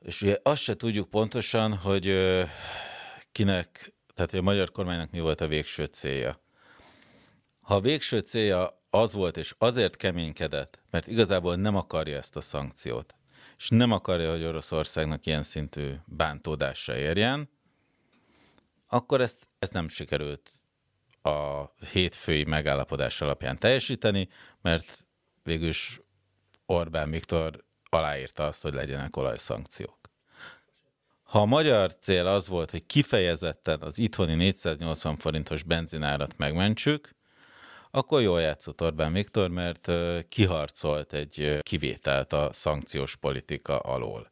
És ugye azt se tudjuk pontosan, hogy kinek, tehát hogy a magyar kormánynak mi volt a végső célja. Ha a végső célja az volt, és azért keménykedett, mert igazából nem akarja ezt a szankciót, és nem akarja, hogy Oroszországnak ilyen szintű bántódása érjen, akkor ezt nem sikerült a hétfői megállapodás alapján teljesíteni, mert végülis Orbán Viktor aláírta azt, hogy legyenek olajszankciók. Ha a magyar cél az volt, hogy kifejezetten az itthoni 480 forintos benzinárat megmentsük, akkor jól játszott Orbán Viktor, mert kiharcolt egy kivételt a szankciós politika alól.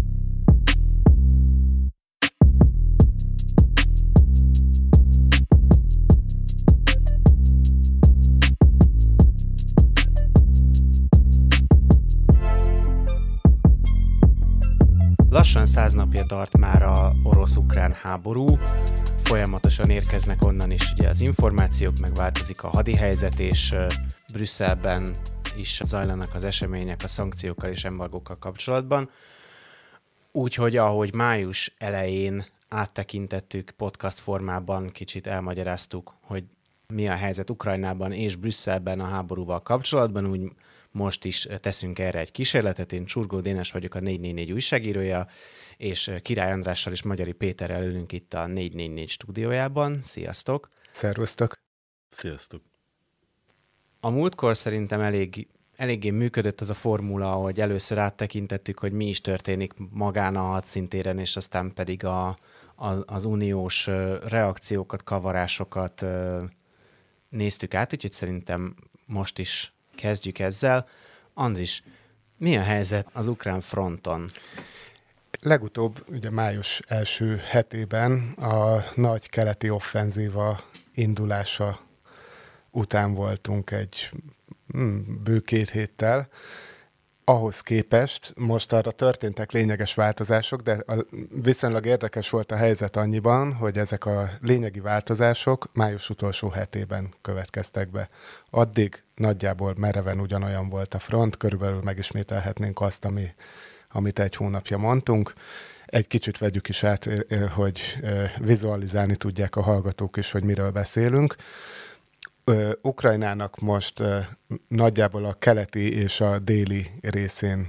Lassan 100 napja tart már a orosz-ukrán háború, folyamatosan érkeznek onnan is ugye az információk, meg változik a hadihelyzet, és Brüsszelben is zajlanak az események a szankciókkal és embargókkal kapcsolatban. Úgyhogy ahogy május elején áttekintettük podcast formában, kicsit elmagyaráztuk, hogy mi a helyzet Ukrajnában és Brüsszelben a háborúval kapcsolatban, úgy most is teszünk erre egy kísérletet. Én Csurgó Dénes vagyok, a 444 újságírója, és Király Andrással és Magyari Péterrel ülünk itt a 444 stúdiójában. Sziasztok! Szervusztok! Sziasztok! A múltkor szerintem eléggé működött az a formula, hogy először áttekintettük, hogy mi is történik magán a hadszintéren, és aztán pedig az uniós reakciókat, kavarásokat néztük át, úgyhogy szerintem most is kezdjük ezzel. Andris, mi a helyzet az ukrán fronton? Legutóbb, ugye május első hetében a nagy keleti offenzíva indulása után voltunk egy bő 2 héttel. Ahhoz képest most arra történtek lényeges változások, de viszonylag érdekes volt a helyzet annyiban, hogy ezek a lényegi változások május utolsó hetében következtek be. Addig nagyjából mereven ugyanolyan volt a front, körülbelül megismételhetnénk azt, amit egy hónapja mondtunk. Egy kicsit vegyük is át, hogy vizualizálni tudják a hallgatók is, hogy miről beszélünk. Ukrajnának most nagyjából a keleti és a déli részén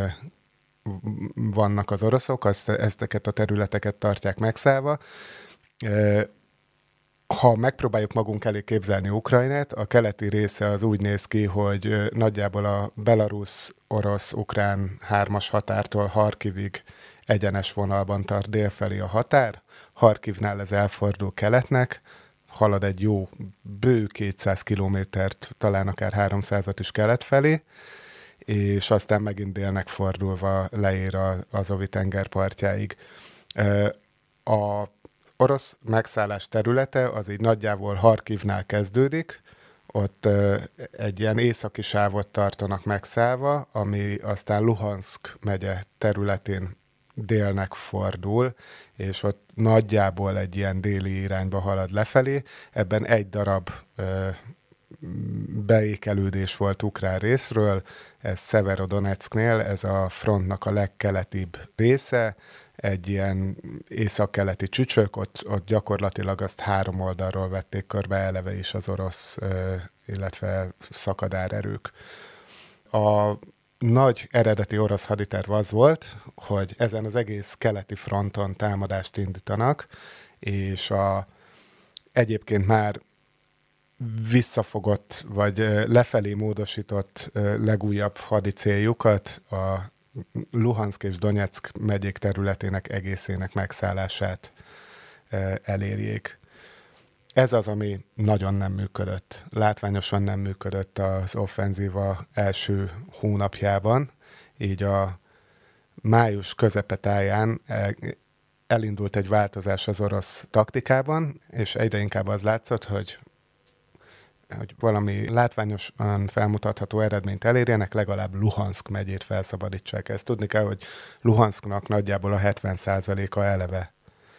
vannak az oroszok, ezeket a területeket tartják megszállva. Ha megpróbáljuk magunk elé képzelni Ukrajnát, a keleti része az úgy néz ki, hogy nagyjából a belarusz-orosz-ukrán 3-as határtól Harkivig egyenes vonalban tart délfelé a határ. Harkivnál ez elfordul keletnek, halad egy jó bő 200 kilométert, talán akár 300-at is kelet felé, és aztán megint délnek fordulva leér az Azovi tenger partjáig. A orosz megszállás területe az így nagyjából Harkivnál kezdődik, ott egy ilyen északi sávot tartanak megszállva, ami aztán Luhanszk megye területén délnek fordul, és ott nagyjából egy ilyen déli irányba halad lefelé. Ebben egy darab beékelődés volt ukrán részről, ez Szeverodonetszknél, ez a frontnak a legkeletibb része, egy ilyen északkeleti csücsök, ott gyakorlatilag azt 3 oldalról vették körbe eleve is az orosz, illetve szakadárerők. A nagy eredeti orosz haditerv az volt, hogy ezen az egész keleti fronton támadást indítanak, és egyébként már visszafogott, vagy lefelé módosított legújabb hadi céljukat a Luhanszk és Donyeck megyék területének egészének megszállását elérjék. Ez az, ami nagyon nem működött. Látványosan nem működött az offenzíva első hónapjában, így a május közepetáján elindult egy változás az orosz taktikában, és egyre inkább az látszott, hogy valami látványosan felmutatható eredményt elérjenek, legalább Luhanszk megyét felszabadítsák. Ezt tudni kell, hogy Luhanszknak nagyjából a 70%-a eleve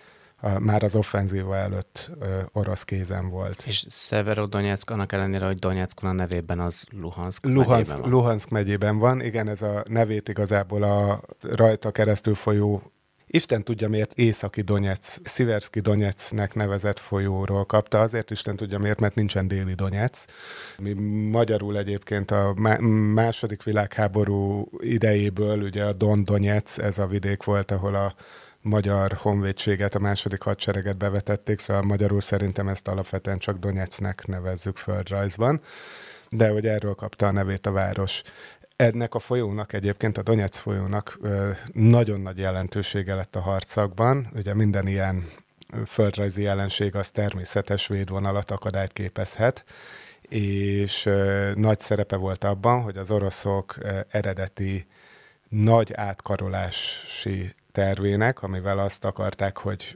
már az offenzíva előtt orosz kézen volt. És Szeverodonyeck, annak ellenére, hogy Donyeckon a nevében az Luhanszk megyében van. Luhanszk megyében van, igen, ez a nevét igazából a rajta keresztül folyó, Isten tudja miért, északi Donetsz, Sziverszki Donyecknek nevezett folyóról kapta, azért Isten tudja miért, mert nincsen déli Donetsz. Mi magyarul egyébként a második világháború idejéből, ugye a Don Donetsz, ez a vidék volt, ahol a magyar honvédséget, a második hadsereget bevetették, szóval magyarul szerintem ezt alapvetően csak Donyecknek nevezzük földrajzban, de hogy erről kapta a nevét a város. Ennek a folyónak egyébként, a Donetsz folyónak nagyon nagy jelentősége lett a harcokban. Ugye minden ilyen földrajzi jelenség az természetes védvonalat, akadályt képezhet, és nagy szerepe volt abban, hogy az oroszok eredeti nagy átkarolási tervének, amivel azt akarták, hogy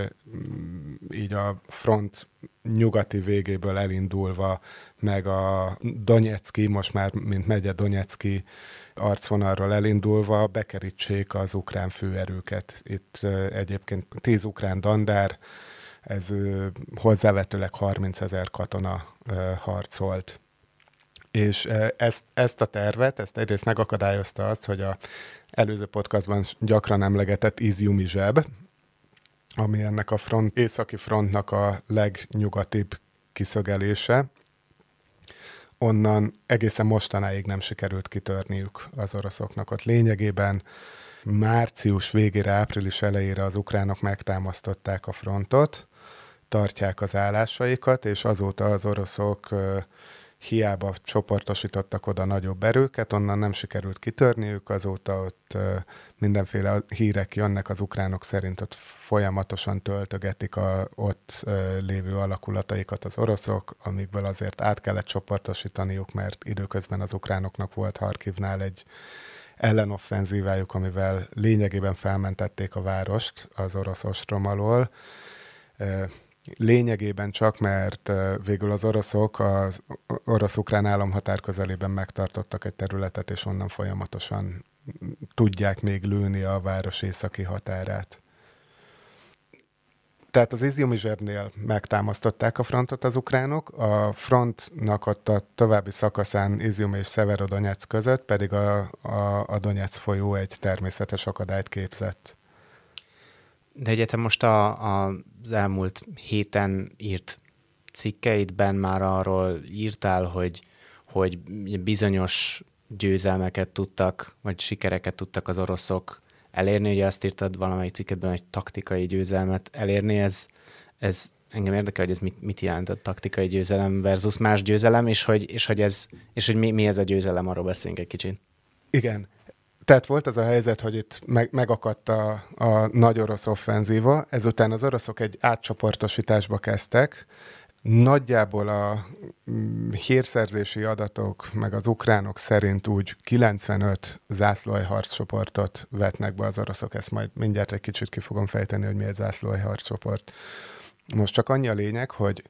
így a front nyugati végéből elindulva, meg a Donyeckii, most már mint megye Donyeckii arcvonalról elindulva bekerítsék az ukrán főerőket. Itt egyébként 10 ukrán dandár, ez hozzávetőleg 30 000 katona harcolt. És ezt a tervet, ezt egyrészt megakadályozta azt, hogy a előző podcastban gyakran emlegetett Izjumizseb, ami ennek a északi frontnak a legnyugatibb kiszögelése, onnan egészen mostanáig nem sikerült kitörniük az oroszoknak. Ott lényegében március végére, április elejére az ukránok megtámasztották a frontot, tartják az állásaikat, és azóta az oroszok hiába csoportosítottak oda nagyobb erőket, onnan nem sikerült kitörniük, azóta ott mindenféle hírek jönnek az ukránok szerint, ott folyamatosan töltögetik ott lévő alakulataikat az oroszok, amikből azért át kellett csoportosítaniuk, mert időközben az ukránoknak volt Harkivnál egy ellenoffenzívájuk, amivel lényegében felmentették a várost az orosz ostrom alól. Lényegében csak, mert végül az oroszok az orosz-ukrán államhatár közelében megtartottak egy területet, és onnan folyamatosan tudják még lőni a város északi határát. Tehát az Izjumizsebnél megtámasztották a frontot az ukránok, a frontnak ott a további szakaszán Izjum és Szeverodonyeck között pedig a Donyeck folyó egy természetes akadályt képzett. De egyetem most az elmúlt héten írt cikkeidben már arról írtál, hogy bizonyos győzelmeket tudtak, vagy sikereket tudtak az oroszok elérni. Ugye azt írtad valamelyik cikkedben, hogy taktikai győzelmet elérni. Ez engem érdekel, hogy ez mit jelent a taktikai győzelem versus más győzelem, és hogy mi ez a győzelem, arról beszéljünk egy kicsit. Igen. Tehát volt az a helyzet, hogy itt megakadt a nagy orosz offenzíva, ezután az oroszok egy átcsoportosításba kezdtek. Nagyjából a hírszerzési adatok, meg az ukránok szerint úgy 95 zászlóalj-harccsoportot vetnek be az oroszok. Ezt majd mindjárt egy kicsit ki fogom fejteni, hogy mi egy zászlóalj-harccsoport. Most csak annyi a lényeg, hogy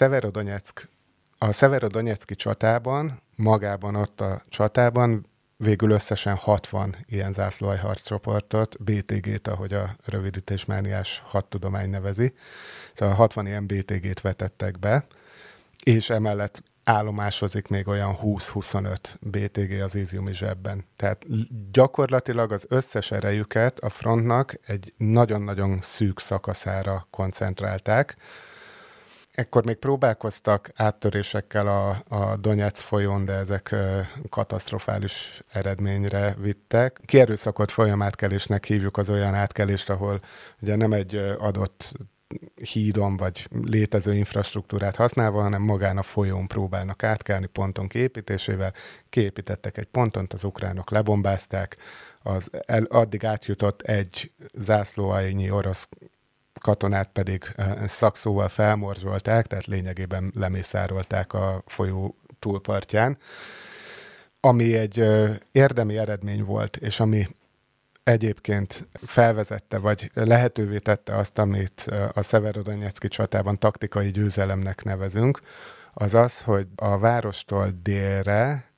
a Szeverodonyeckii csatában, magában ott a csatában végül összesen 60 ilyen zászlóalj-harccsoportot, BTG-t, ahogy a rövidítésmániás hadtudomány nevezi. Szóval 60 ilyen BTG-t vetettek be, és emellett állomásozik még olyan 20-25 BTG az Izjumizsebben. Tehát gyakorlatilag az összes erejüket a frontnak egy nagyon-nagyon szűk szakaszára koncentrálták. Ekkor még próbálkoztak áttörésekkel a Donyeck folyón, de ezek katasztrofális eredményre vittek. Kierőszakolt folyamátkelésnek hívjuk az olyan átkelést, ahol ugye nem egy adott hídon vagy létező infrastruktúrát használva, hanem magán a folyón próbálnak átkelni ponton kiépítésével. Kiépítettek egy ponton, az ukránok lebombázták, addig átjutott egy zászlóaljnyi orosz katonát pedig szakszóval felmorzsolták, tehát lényegében lemészárolták a folyó túlpartján, ami egy érdemi eredmény volt, és ami egyébként felvezette, vagy lehetővé tette azt, amit a Szeverodonyeckii csatában taktikai győzelemnek nevezünk, az az, hogy a várostól délre,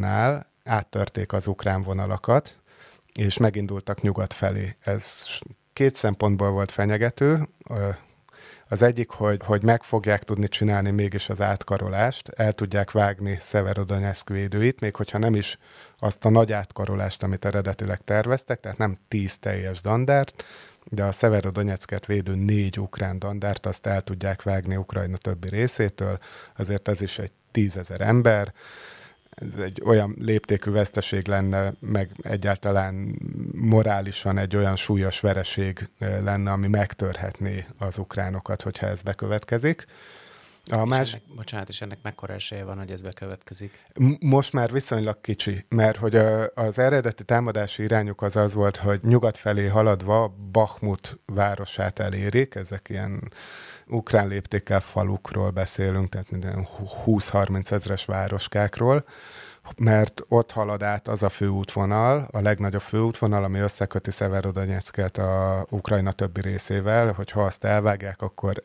Popasznánál áttörték az ukrán vonalakat, és megindultak nyugat felé. Ez két szempontból volt fenyegető. Az egyik, hogy meg fogják tudni csinálni mégis az átkarolást, el tudják vágni Szeverodonyeck védőit, még hogyha nem is azt a nagy átkarolást, amit eredetileg terveztek, tehát nem 10 teljes dandárt, de a Szeverodonyecket védő 4 ukrán dandárt, azt el tudják vágni Ukrajna többi részétől, azért ez is egy 10 000 ember, ez egy olyan léptékű veszteség lenne, meg egyáltalán morálisan egy olyan súlyos vereség lenne, ami megtörhetné az ukránokat, hogyha ez bekövetkezik. És ennek mekkora esélye van, hogy ez bekövetkezik? Most már viszonylag kicsi, mert hogy az eredeti támadási irányuk az volt, hogy nyugat felé haladva Bakhmut városát elérik, ezek ilyen ukrán léptékkel falukról beszélünk, tehát minden 20-30 ezres városkákról, mert ott halad át az a főútvonal, a legnagyobb főútvonal, ami összeköti Szeverodonyecket a Ukrajna többi részével, hogyha azt elvágják, akkor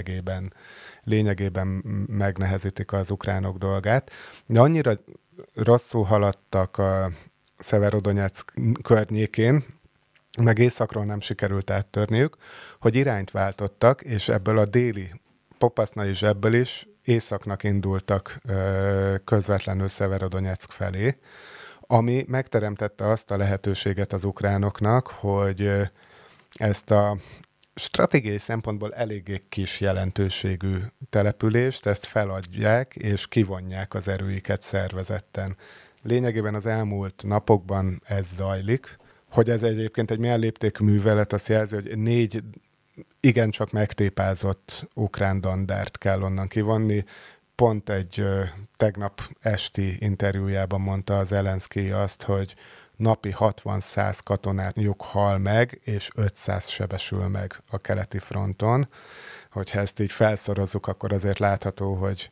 lényegében megnehezítik az ukránok dolgát. De annyira rosszul haladtak a Szeverodonyeck környékén, meg északról nem sikerült áttörniük, hogy irányt váltottak, és ebből a déli popasznai zsebből is északnak indultak közvetlenül Szeverodonyeck felé, ami megteremtette azt a lehetőséget az ukránoknak, hogy ezt a stratégiai szempontból eléggé kis jelentőségű települést, ezt feladják és kivonják az erőiket szervezetten. Lényegében az elmúlt napokban ez zajlik. Hogy ez egyébként egy milyen léptékű művelet, azt jelzi, hogy 4 igencsak megtépázott ukrán dandárt kell onnan kivonni. Pont egy tegnap esti interjújában mondta az Zelenszkij azt, hogy napi 60-100 katonájuk hal meg, és 500 sebesül meg a keleti fronton. Hogyha ezt így felszorozzuk, akkor azért látható, hogy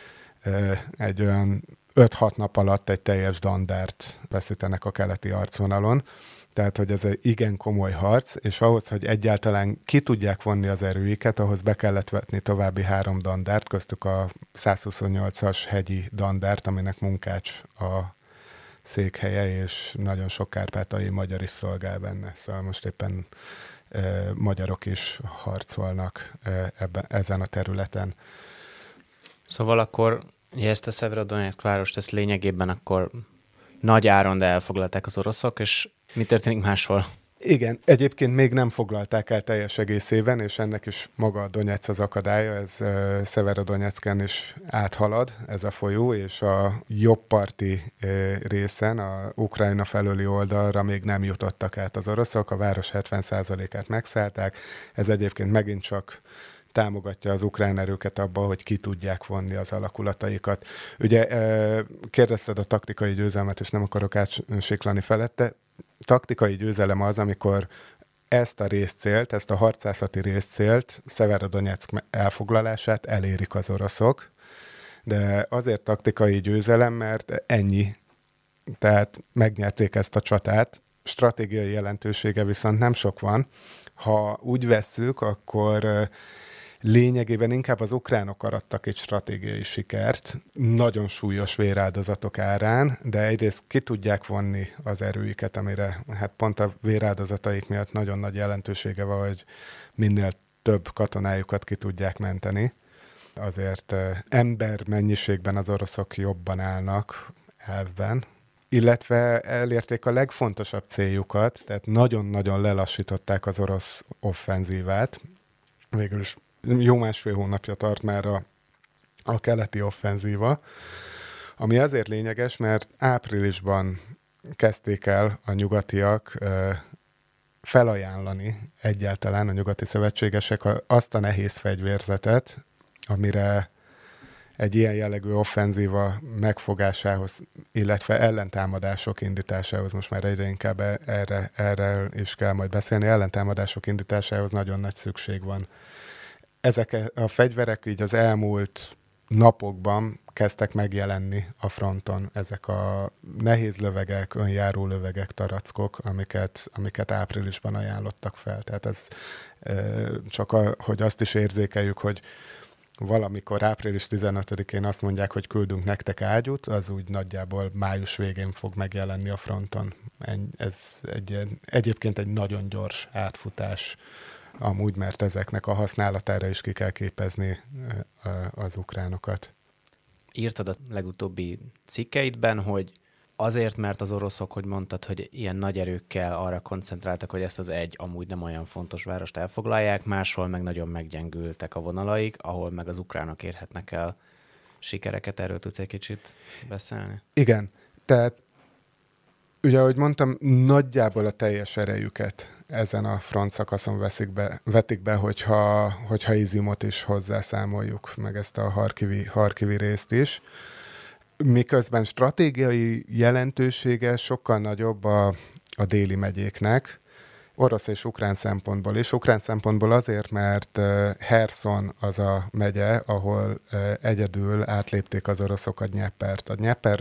egy olyan 5-6 nap alatt egy teljes dandárt veszítenek a keleti arcvonalon. Tehát, hogy ez egy igen komoly harc, és ahhoz, hogy egyáltalán ki tudják vonni az erőiket, ahhoz be kellett vetni további 3 dandárt, köztük a 128-as hegyi dandárt, aminek Munkács a székhelye, és nagyon sok kárpátaljai magyar is szolgál benne. Szóval most éppen magyarok is harcolnak ezen a területen. Szóval akkor ezt a Szeverodonyeck várost, ezt lényegében akkor nagy áron, de elfoglalták az oroszok, és mi történik máshol? Igen, egyébként még nem foglalták el teljes egészében, és ennek is maga a Donyeck az akadálya, ez Szeverodonyecken is áthalad ez a folyó, és a jobb parti részen, a Ukrajna felőli oldalra még nem jutottak át az oroszok, a város 70%-át megszállták, ez egyébként megint csak támogatja az ukrán erőket abban, hogy ki tudják vonni az alakulataikat. Ugye kérdezted a taktikai győzelmet, és nem akarok átsiklani felette. Taktikai győzelem az, amikor ezt a részcélt, ezt a harcászati részcélt, Szeverodonyeck elfoglalását elérik az oroszok, de azért taktikai győzelem, mert ennyi. Tehát megnyerték ezt a csatát, stratégiai jelentősége viszont nem sok van. Ha úgy vesszük, akkor lényegében inkább az ukránok arattak egy stratégiai sikert, nagyon súlyos véráldozatok árán, de egyrészt ki tudják vonni az erőiket, amire hát pont a véráldozataik miatt nagyon nagy jelentősége van, hogy minél több katonájukat ki tudják menteni. Azért ember mennyiségben az oroszok jobban állnak elvben, illetve elérték a legfontosabb céljukat, tehát nagyon-nagyon lelassították az orosz offenzívát. Végül is jó 1,5 hónapja tart már a keleti offenzíva, ami azért lényeges, mert áprilisban kezdték el a nyugatiak felajánlani egyáltalán a nyugati szövetségesek azt a nehéz fegyverzetet, amire egy ilyen jellegű offenzíva megfogásához, illetve ellentámadások indításához, most már egyre inkább erre is kell majd beszélni, ellentámadások indításához nagyon nagy szükség van. Ezek a fegyverek így az elmúlt napokban kezdtek megjelenni a fronton, ezek a nehéz lövegek, önjáró lövegek, tarackok, amiket áprilisban ajánlottak fel. Tehát ez csak, hogy azt is érzékeljük, hogy valamikor április 15-én azt mondják, hogy küldünk nektek ágyút, az úgy nagyjából május végén fog megjelenni a fronton. Ez egyébként egy nagyon gyors átfutás amúgy, mert ezeknek a használatára is ki kell képezni az ukránokat. Írtad a legutóbbi cikkeidben, hogy azért, mert az oroszok, hogy mondtad, hogy ilyen nagy erőkkel arra koncentráltak, hogy ezt az egy amúgy nem olyan fontos várost elfoglalják, máshol meg nagyon meggyengültek a vonalaik, ahol meg az ukránok érhetnek el sikereket. Erről tudsz egy kicsit beszélni? Igen, tehát ugye, ahogy mondtam, nagyjából a teljes erejüket ezen a front szakaszon vetik be, hogyha Iziumot is hozzászámoljuk, meg ezt a harkivi részt is. Miközben stratégiai jelentősége sokkal nagyobb a déli megyéknek, orosz és ukrán szempontból is. Ukrán szempontból azért, mert Herson az a megye, ahol egyedül átlépték az oroszok a Dnyepert. A Dnyeper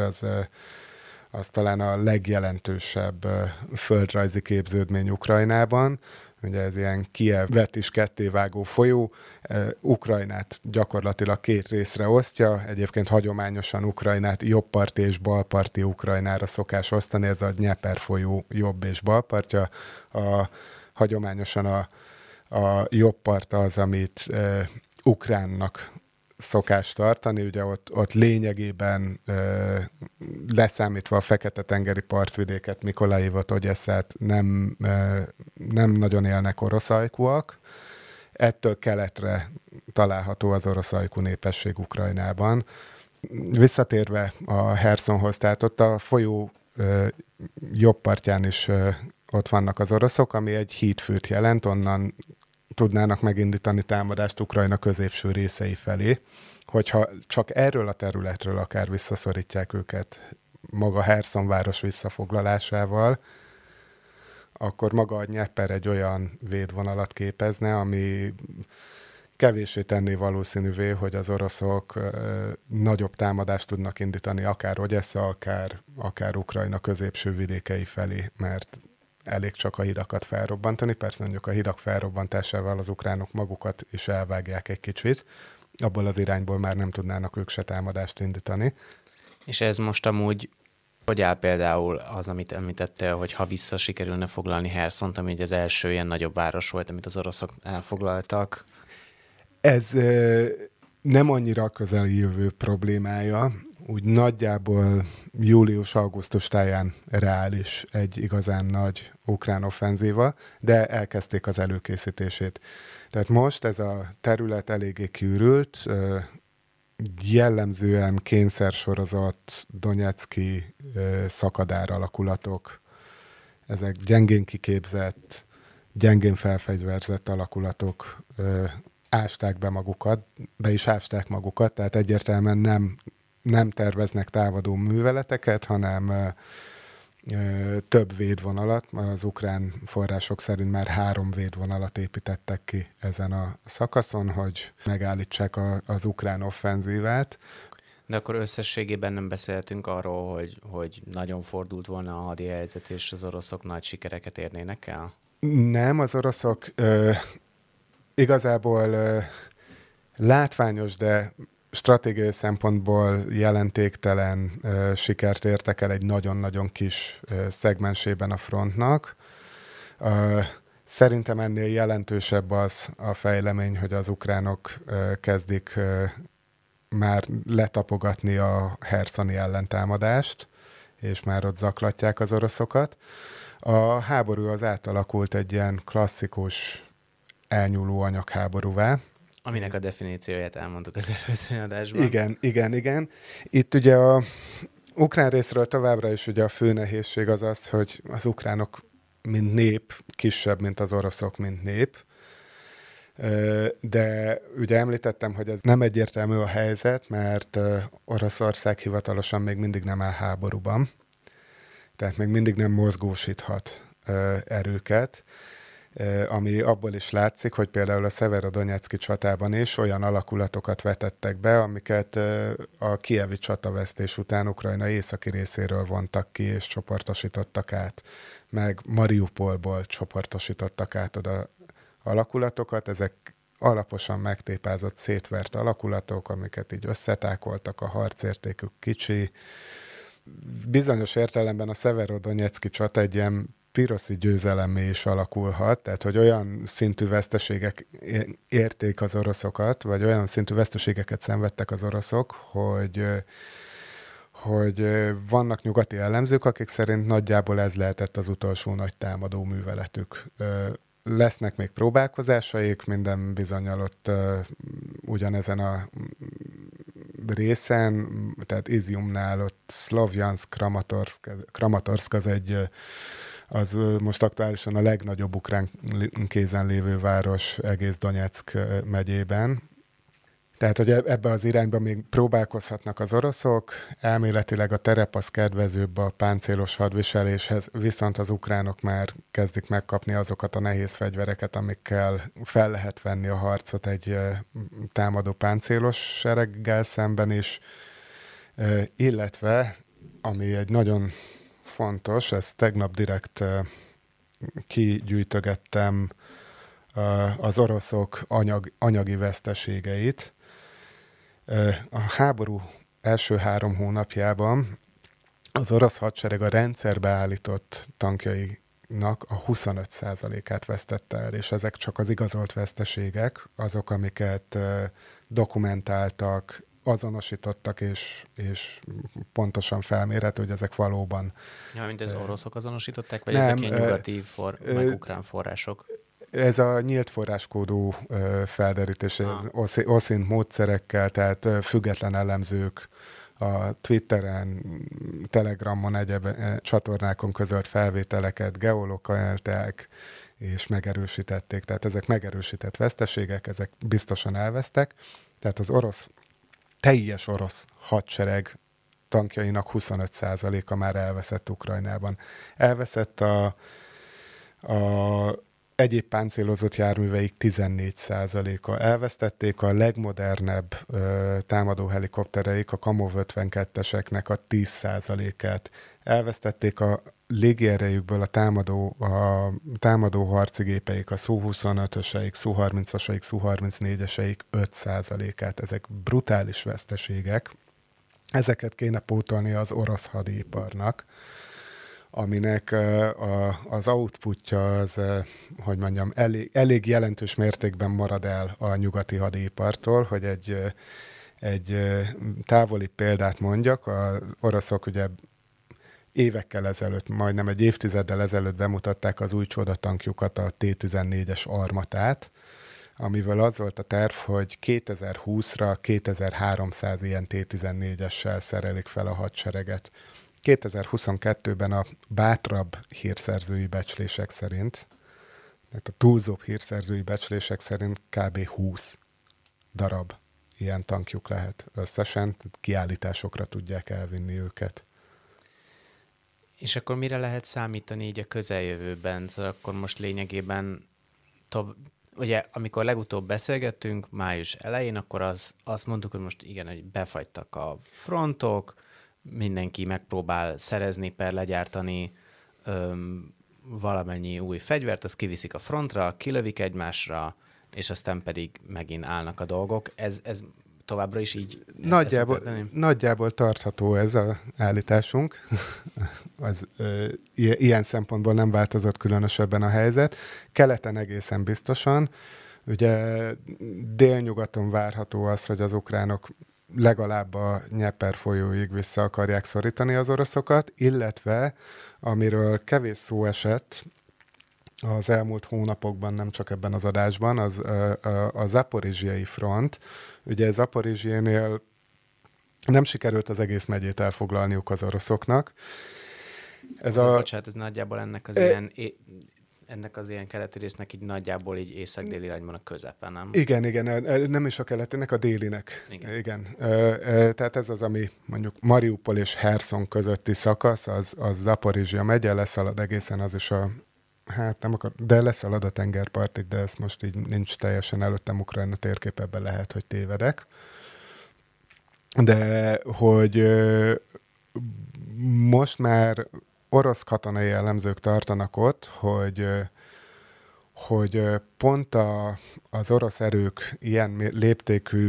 az talán a legjelentősebb földrajzi képződmény Ukrajnában. Ugye ez ilyen Kijevet is kettévágó folyó, Ukrajnát gyakorlatilag két részre osztja, egyébként hagyományosan Ukrajnát jobbparti és balparti Ukrajnára szokás osztani, ez a Dnyeper folyó jobb és balpartja. Hagyományosan a jobb part az, amit ukránnak szokás tartani, ugye ott lényegében leszámítva a Fekete-tengeri partvidéket, Mikolajivot, Ogyesszát nem nagyon élnek orosz ajkúak. Ettől keletre található az orosz ajkú népesség Ukrajnában. Visszatérve a Hersonhoz, tehát ott a folyó jobb partján is ott vannak az oroszok, ami egy hídfőt jelent, onnan tudnának megindítani támadást Ukrajna középső részei felé, hogyha csak erről a területről akár visszaszorítják őket maga Herson város visszafoglalásával, akkor maga a Dnyeper egy olyan védvonalat képezne, ami kevéssé tenné valószínűvé, hogy az oroszok nagyobb támadást tudnak indítani, akár Ogyessa, akár Ukrajna középső vidékei felé, mert elég csak a hidakat felrobbantani. Persze mondjuk a hidak felrobbantásával az ukránok magukat is elvágják egy kicsit, abból az irányból már nem tudnának ők se támadást indítani. És ez most amúgy, hogy áll például az, amit említettél, hogy ha vissza sikerülne foglalni Hersont, ami az első ilyen nagyobb város volt, amit az oroszok elfoglaltak? Ez nem annyira a közeli jövő problémája, úgy nagyjából július-augusztus táján reális egy igazán nagy ukrán offenzíva, de elkezdték az előkészítését. Tehát most ez a terület eléggé kiürült, jellemzően kényszersorozott donetszki szakadár alakulatok, ezek gyengén kiképzett, gyengén felfegyverzett alakulatok ásták be magukat, be is ásták magukat, tehát egyértelműen nem terveznek támadó műveleteket, hanem több védvonalat, az ukrán források szerint már 3 védvonalat építettek ki ezen a szakaszon, hogy megállítsák az ukrán offenzívát. De akkor összességében nem beszéltünk arról, hogy nagyon fordult volna a hadi helyzet, és az oroszok nagy sikereket érnének el? Nem, az oroszok igazából látványos, de stratégiai szempontból jelentéktelen sikert értek el egy nagyon-nagyon kis szegmensében a frontnak. Szerintem ennél jelentősebb az a fejlemény, hogy az ukránok kezdik már letapogatni a herszoni ellentámadást, és már ott zaklatják az oroszokat. A háború az átalakult egy ilyen klasszikus elnyúló anyagháborúvá. Aminek a definícióját elmondtuk az előző adásban. Igen. Itt ugye a ukrán részről továbbra is ugye a fő nehézség az, hogy az ukránok, mint nép, kisebb, mint az oroszok, mint nép. De ugye említettem, hogy ez nem egyértelmű a helyzet, mert Oroszország hivatalosan még mindig nem áll háborúban. Tehát még mindig nem mozgósíthat erőket, ami abból is látszik, hogy például a Szeverodonyeckij csatában is olyan alakulatokat vetettek be, amiket a kijevi csatavesztés után Ukrajna északi részéről vontak ki és csoportosítottak át, meg Mariupolból csoportosítottak át oda alakulatokat. Ezek alaposan megtépázott, szétvert alakulatok, amiket így összetákoltak, a harcértékük kicsi. Bizonyos értelemben a Szeverodonyeckij csata egy ilyen piroszi győzelemmé is alakulhat, tehát hogy olyan szintű veszteségek érték az oroszokat, vagy olyan szintű veszteségeket szenvedtek az oroszok, hogy vannak nyugati elemzők, akik szerint nagyjából ez lehetett az utolsó nagy támadó műveletük. Lesznek még próbálkozásaik, minden bizonnyal ott ugyanezen a részen, tehát Iziumnál, ott Szlovjanszk, Kramatorszk az most aktuálisan a legnagyobb ukrán kézen lévő város egész Donyeck megyében. Tehát, hogy ebbe az irányba még próbálkozhatnak az oroszok, elméletileg a terep az kedvezőbb a páncélos hadviseléshez, viszont az ukránok már kezdik megkapni azokat a nehéz fegyvereket, amikkel fel lehet venni a harcot egy támadó páncélos sereggel szemben is, illetve, ami egy nagyon fontos, ezt tegnap direkt kigyűjtögettem az oroszok anyagi veszteségeit. A háború első 3 hónapjában az orosz hadsereg a rendszerbe állított tankjainak a 25%-át vesztette el, és ezek csak az igazolt veszteségek, azok, amiket dokumentáltak, azonosítottak, és pontosan felmérhető, hogy ezek valóban... Ja, mint az oroszok azonosították, vagy ezek ilyen nyugati meg ukrán források? Ez a nyílt forráskódú felderítés, OSINT módszerekkel, tehát független elemzők a Twitteren, Telegramon, egyéb csatornákon közölt felvételeket geolokálták, és megerősítették. Tehát ezek megerősített veszteségek, ezek biztosan elvesztek. Tehát az teljes orosz hadsereg tankjainak 25%-a már elveszett Ukrajnában. Elveszett a egyéb páncélozott járműveik 14%-a. Elvesztették a legmodernebb támadó helikoptereik, a Kamov 52-eseknek a 10%-át. Elvesztették a légierejükből a támadó harcigépeik, a Su-25-öseik, Su-30-asaik, Su-34-eseik 5%-át. Ezek brutális veszteségek. Ezeket kéne pótolni az orosz hadiparnak, aminek az outputja az, hogy mondjam, elég jelentős mértékben marad el a nyugati hadipartól, hogy egy távoli példát mondjak, az oroszok ugye évekkel ezelőtt, majdnem egy évtizeddel ezelőtt bemutatták az új csodatankjukat, a T-14-es Armatát, amivel az volt a terv, hogy 2020-ra 2300 ilyen T-14-essel szerelik fel a hadsereget. 2022-ben a bátrabb hírszerzői becslések szerint, tehát a túlzóbb hírszerzői becslések szerint kb. 20 darab ilyen tankjuk lehet összesen, kiállításokra tudják elvinni őket. És akkor mire lehet számítani így a közeljövőben? Szóval akkor most lényegében, ugye amikor legutóbb beszélgettünk, május elején, akkor azt mondtuk, hogy most igen, hogy befagytak a frontok, mindenki megpróbál szerezni, legyártani valamennyi új fegyvert, azt kiviszik a frontra, kilövik egymásra, és aztán pedig megint állnak a dolgok. Ez továbbra is így? Nagyjából tartható ez az állításunk. Ilyen szempontból nem változott különösebben a helyzet. Keleten egészen biztosan. Ugye délnyugaton várható az, hogy az ukránok legalább a Dnyeper folyóig vissza akarják szorítani az oroszokat, illetve amiről kevés szó esett az elmúlt hónapokban, nem csak ebben az adásban, az a Zaporizsjai front. Ugye Zaporizsjénél nem sikerült az egész megyét elfoglalniuk az oroszoknak. Bocsánat, ez nagyjából ennek az ilyen keleti résznek így nagyjából így észak-déli irányban a közepe, nem? Igen, nem is a keletinek, a délinek. Igen. Tehát ez az, ami mondjuk Mariupol és Herszon közötti szakasz, az Zaporizsja megye, leszalad egészen az is de leszalad a tengerpartig, de ez most így nincs teljesen előttem Ukrajna térképeben, lehet, hogy tévedek. De hogy most már orosz katonai elemzők tartanak ott, hogy pont az orosz erők ilyen léptékű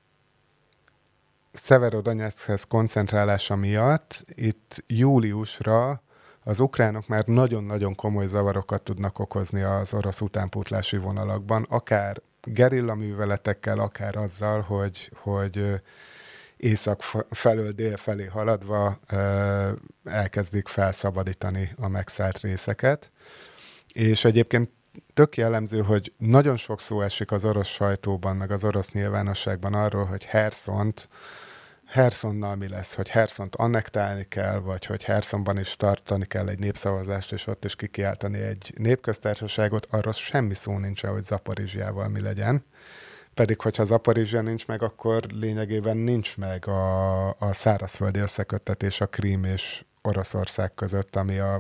Szeverodonyeckhez koncentrálása miatt itt júliusra az ukránok már nagyon-nagyon komoly zavarokat tudnak okozni az orosz utánpótlási vonalakban, akár gerillaműveletekkel, akár azzal, hogy észak felől dél felé haladva elkezdik felszabadítani a megszállt részeket. És egyébként tök jellemző, hogy nagyon sok szó esik az orosz sajtóban, meg az orosz nyilvánosságban arról, hogy Hersonnal mi lesz, hogy Hersont annektálni kell, vagy hogy Hersonban is tartani kell egy népszavazást, és ott is kikiáltani egy népköztársaságot, arról semmi szó nincsen, hogy Zaporizsjával mi legyen. Pedig, hogyha Zaporizsja nincs meg, akkor lényegében nincs meg a szárazföldi összeköttetés a Krím és Oroszország között, ami a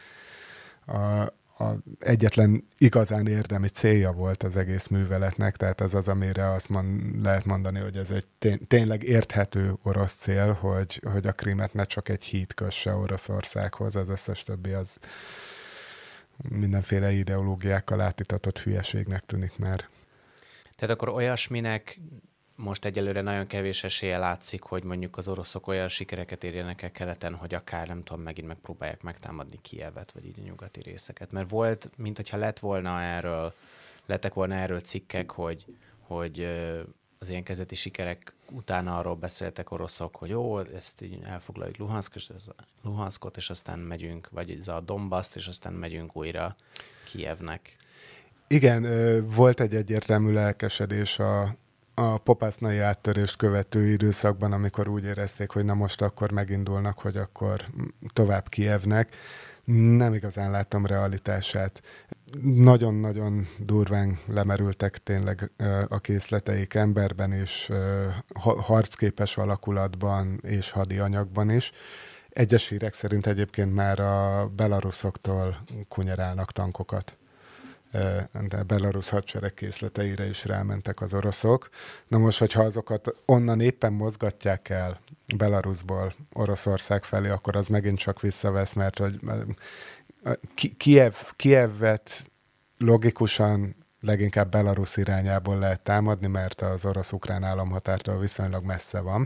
egyetlen igazán érdemi célja volt az egész műveletnek, tehát ez az, amire azt lehet mondani, hogy ez egy tényleg érthető orosz cél, hogy a Krímet ne csak egy híd kösse Oroszországhoz, az összes többi az mindenféle ideológiákkal átitatott hülyeségnek tűnik már. Tehát akkor olyasminek most egyelőre nagyon kevés esélye látszik, hogy mondjuk az oroszok olyan sikereket érjenek el keleten, hogy akár nem tudom, megint megpróbálják megtámadni Kijevet, vagy így a nyugati részeket. Mert volt, mint hogyha lettek volna erről cikkek, hogy az ilyen kezdeti sikerek után arról beszéltek oroszok, hogy jó, ezt így elfoglaljuk Luhanszkot, és aztán megyünk, vagy ez a Donbaszt, és aztán megyünk újra Kijevnek. Igen, volt egy egyértelmű lelkesedés a popásznai áttörést követő időszakban, amikor úgy érezték, hogy na most akkor megindulnak, hogy akkor tovább Kijevnek. Nem igazán láttam realitását. Nagyon-nagyon durván lemerültek tényleg a készleteik emberben is, harcképes alakulatban és hadi anyagban is. Egyes hírek szerint egyébként már a belaruszoktól kunyerálnak tankokat. De Belarus hadsereg készleteire is rámentek az oroszok. Na most, hogyha azokat onnan éppen mozgatják el Belarusból Oroszország felé, akkor az megint csak visszavesz, mert hogy Kijevet logikusan leginkább Belarus irányából lehet támadni, mert az orosz-ukrán államhatártól viszonylag messze van.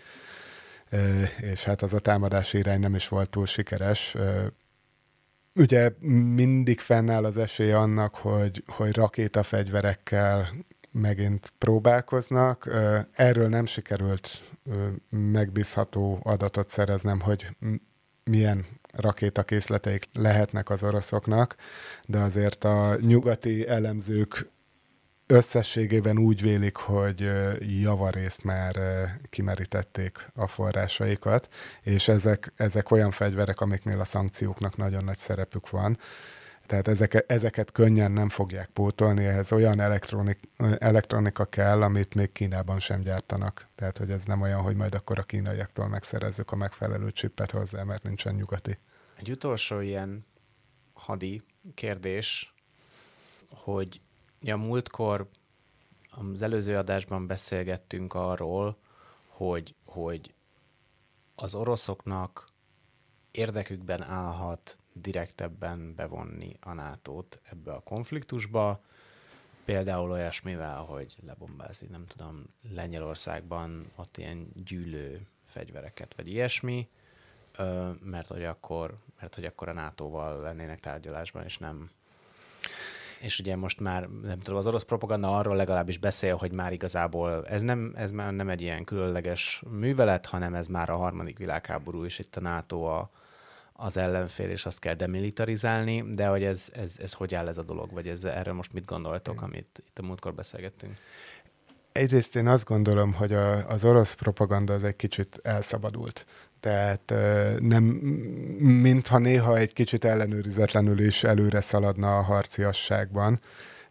És hát az a támadási irány nem is volt túl sikeres. Ugye mindig fennáll az esély annak, hogy rakétafegyverekkel megint próbálkoznak. Erről nem sikerült megbízható adatot szereznem, hogy milyen rakétakészleteik lehetnek az oroszoknak, de azért a nyugati elemzők összességében úgy vélik, hogy javarészt már kimerítették a forrásaikat, és ezek olyan fegyverek, amiknél a szankcióknak nagyon nagy szerepük van. Tehát ezeket könnyen nem fogják pótolni, ehhez olyan elektronika kell, amit még Kínában sem gyártanak. Tehát, hogy ez nem olyan, hogy majd akkor a kínaiaktól megszerezzük a megfelelő csippet hozzá, mert nincsen nyugati. Egy utolsó ilyen hadi kérdés, hogy ja, múltkor az előző adásban beszélgettünk arról, hogy az oroszoknak érdekükben állhat direktebben bevonni a NATO-t ebbe a konfliktusba, például olyasmivel, hogy lebombázni, nem tudom, Lengyelországban ott ilyen gyűlő fegyvereket, vagy ilyesmi, mert hogy akkor a NATO-val lennének tárgyalásban, és nem. És ugye most már, nem tudom, az orosz propaganda arról legalábbis beszél, hogy már igazából ez már nem egy ilyen különleges művelet, hanem ez már a harmadik világháború, és itt a NATO az ellenfél, és azt kell demilitarizálni, de hogy ez hogy áll ez a dolog, vagy erről most mit gondoltok, amit itt a múltkor beszélgettünk? Egyrészt én azt gondolom, hogy az orosz propaganda az egy kicsit elszabadult. Tehát nem, mintha néha egy kicsit ellenőrizetlenül is előre szaladna a harciasságban.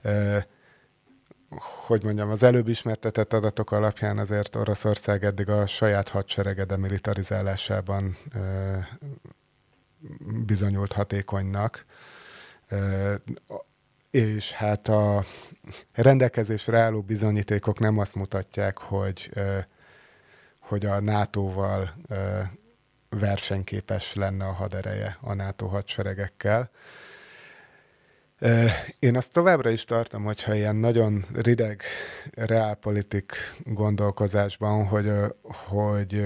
Hogy mondjam, az előbb ismertetett adatok alapján azért Oroszország eddig a saját hadserege demilitarizálásában bizonyult hatékonynak. És hát a rendelkezésre álló bizonyítékok nem azt mutatják, hogy a NATO-val versenyképes lenne a hadereje a NATO hadseregekkel. Én azt továbbra is tartom, hogyha ilyen nagyon rideg reálpolitik gondolkozásban, hogy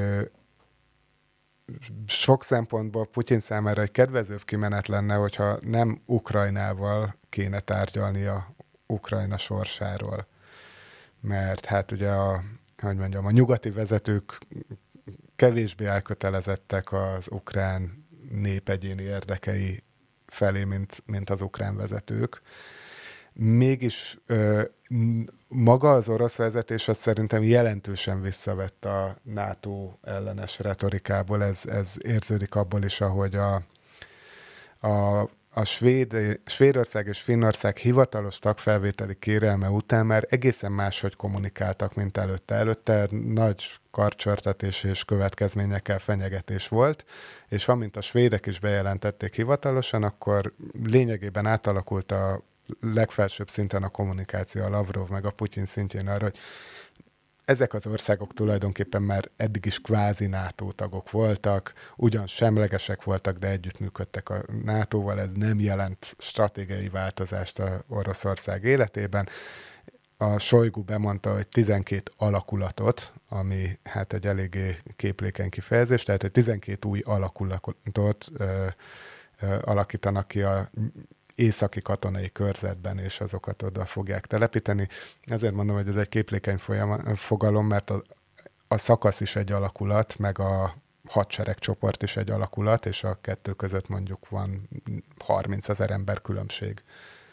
sok szempontból Putyin számára egy kedvezőbb kimenet lenne, hogyha nem Ukrajnával kéne tárgyalnia Ukrajna sorsáról. Mert hát ugye a nyugati vezetők kevésbé elkötelezettek az ukrán nép egyéni érdekei felé, mint az ukrán vezetők. Mégis maga az orosz vezetés azt szerintem jelentősen visszavett a NATO ellenes retorikából. Ez érződik abból is, ahogy a Svédország és Finnország hivatalos tagfelvételi kérelme után már egészen máshogy kommunikáltak, mint előtte. Előtte nagy karcsörtetés és következményekkel fenyegetés volt, és amint a svédek is bejelentették hivatalosan, akkor lényegében átalakult a legfelsőbb szinten a kommunikáció a Lavrov meg a Putyin szintjén arra, hogy ezek az országok tulajdonképpen már eddig is kvázi NATO tagok voltak, ugyan semlegesek voltak, de együttműködtek a NATO-val, ez nem jelent stratégiai változást a Oroszország életében. A Shoigu bemondta, hogy 12 alakulatot, ami hát egy eléggé képlékeny kifejezés, tehát hogy 12 új alakulatot alakítanak ki a északi katonai körzetben, és azokat oda fogják telepíteni. Ezért mondom, hogy ez egy képlékeny fogalom, mert a szakasz is egy alakulat, meg a hadseregcsoport is egy alakulat, és a kettő között mondjuk van 30 000 ember különbség.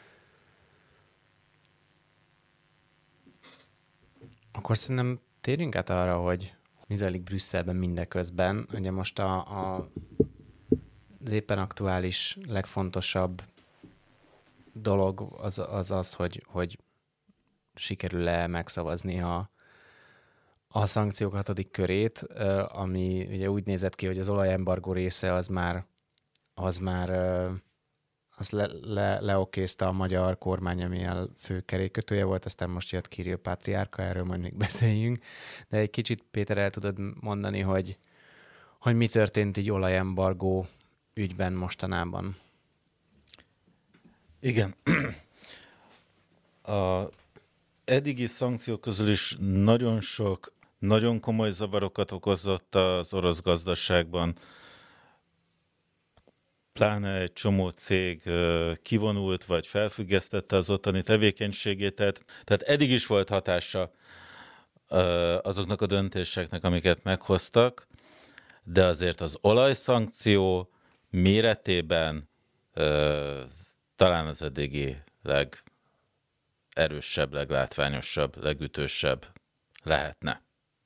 Akkor szerintem térjünk át arra, hogy mi zajlik Brüsszelben mindeközben. Ugye most az éppen aktuális, legfontosabb dolog az, hogy sikerül-e megszavazni a szankciók 6. körét, ami ugye úgy nézett ki, hogy az olajembargó része az leokézta a magyar kormány, ami a fő kerékkötője volt, aztán most jött Kirill Pátriárka, erről majd még beszéljünk. De egy kicsit, Péter, el tudod mondani, hogy mi történt így olajembargó ügyben mostanában? Igen. A eddigi szankciók közül is nagyon sok, nagyon komoly zavarokat okozott az orosz gazdaságban. Pláne egy csomó cég kivonult, vagy felfüggesztette az ottani tevékenységét. Tehát eddig is volt hatása azoknak a döntéseknek, amiket meghoztak, de azért az olajszankció méretében talán az eddigi legerősebb, leglátványosabb, legütősebb lehetne.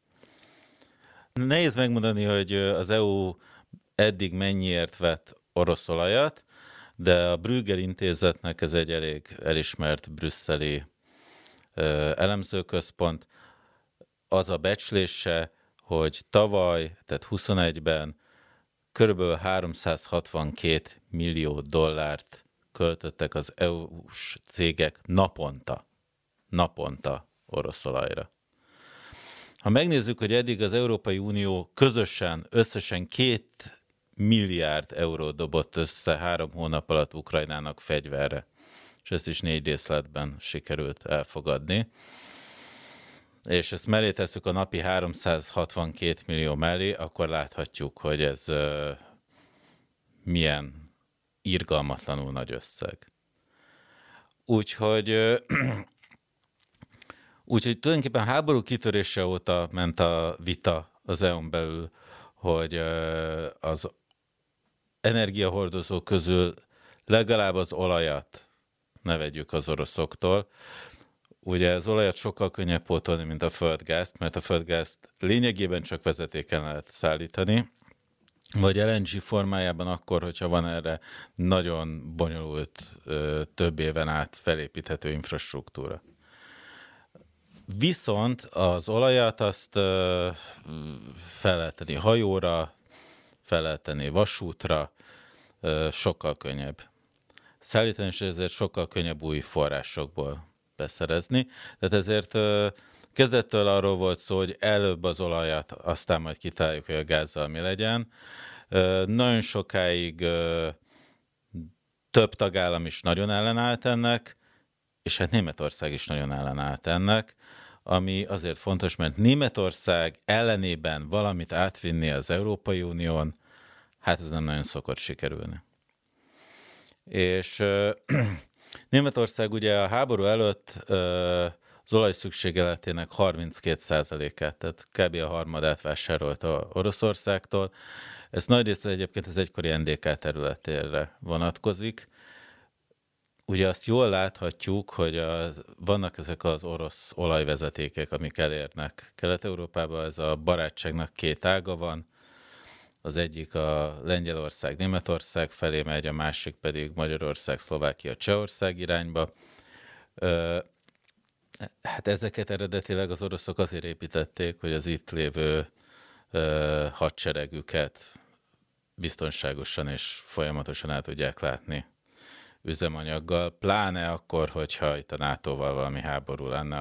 Nehéz megmondani, hogy az EU eddig mennyiért vett orosz olajat, de a Bruegel intézetnek ez egy elég elismert brüsszeli elemzőközpont. Az a becslése, hogy tavaly, tehát 21-ben körülbelül 362 millió dollárt költöttek az EU-s cégek naponta orosz olajra. Ha megnézzük, hogy eddig az Európai Unió összesen 2 milliárd eurót dobott össze 3 hónap alatt Ukrajnának fegyverre, és ezt is 4 részletben sikerült elfogadni. És ezt mellé tesszük a napi 362 millió mellé, akkor láthatjuk, hogy ez milyen irgalmatlanul nagy összeg. Úgyhogy tulajdonképpen háború kitörése óta ment a vita az EU-n belül, hogy az energiahordozók közül legalább az olajat ne vegyük az oroszoktól. Ugye az olajat sokkal könnyebb pótolni, mint a földgázt, mert a földgázt lényegében csak vezetéken lehet szállítani, vagy LNG formájában akkor, hogyha van erre nagyon bonyolult, több éven át felépíthető infrastruktúra. Viszont az olajat azt fel lehet tenni hajóra, fel lehet tenni vasútra, sokkal könnyebb szállítani, és ezért sokkal könnyebb új forrásokból beszerezni. Tehát ezért kezdettől arról volt szó, hogy előbb az olajat, aztán majd kitáljuk, hogy a gázzal mi legyen. Nagyon sokáig több tagállam is nagyon ellenállt ennek, és hát Németország is nagyon ellenállt ennek, ami azért fontos, mert Németország ellenében valamit átvinni az Európai Unión, hát ez nem nagyon szokott sikerülni. És Németország ugye a háború előtt az olajszükségletének 32%-át, tehát kb. A harmadát vásárolta Oroszországtól. Ez nagy része egyébként az egykori NDK területére vonatkozik. Ugye azt jól láthatjuk, hogy vannak ezek az orosz olajvezetékek, amik elérnek Kelet-Európába. Ez a barátságnak két ága van. Az egyik a Lengyelország, Németország felé megy, a másik pedig Magyarország, Szlovákia, Csehország irányba. Hát ezeket eredetileg az oroszok azért építették, hogy az itt lévő hadseregüket biztonságosan és folyamatosan el tudják látni üzemanyaggal, pláne akkor, hogyha itt a NATO-val valami háború lenne,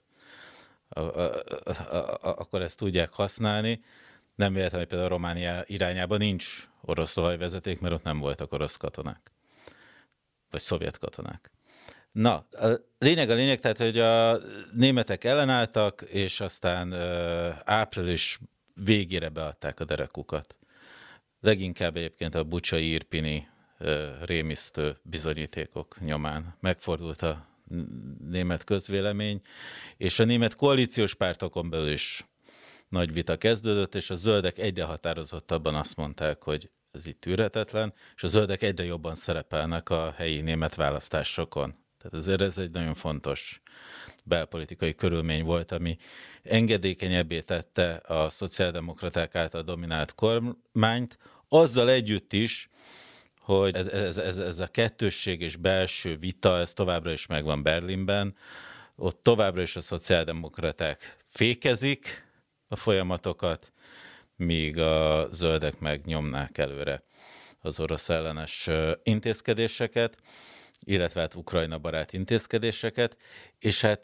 akkor ezt tudják használni. Nem véletlen, hogy például Románia irányában nincs orosz olajvezeték, mert ott nem voltak orosz katonák, vagy szovjet katonák. Na, a lényeg, tehát, hogy a németek ellenálltak, és aztán április végére beadták a derekukat. Leginkább egyébként a bucsai-irpini rémisztő bizonyítékok nyomán megfordult a német közvélemény, és a német koalíciós pártokon belül is nagy vita kezdődött, és a zöldek egyre határozottabban azt mondták, hogy ez itt tűrhetetlen, és a zöldek egyre jobban szerepelnek a helyi német választásokon. Tehát azért ez egy nagyon fontos belpolitikai körülmény volt, ami engedékenyebbé tette a szociáldemokraták által dominált kormányt, azzal együtt is, hogy ez a kettősség és belső vita, ez továbbra is megvan Berlinben, ott továbbra is a szociáldemokraták fékezik a folyamatokat, míg a zöldek megnyomnák előre az orosz ellenes intézkedéseket, illetve hát Ukrajna barát intézkedéseket, és hát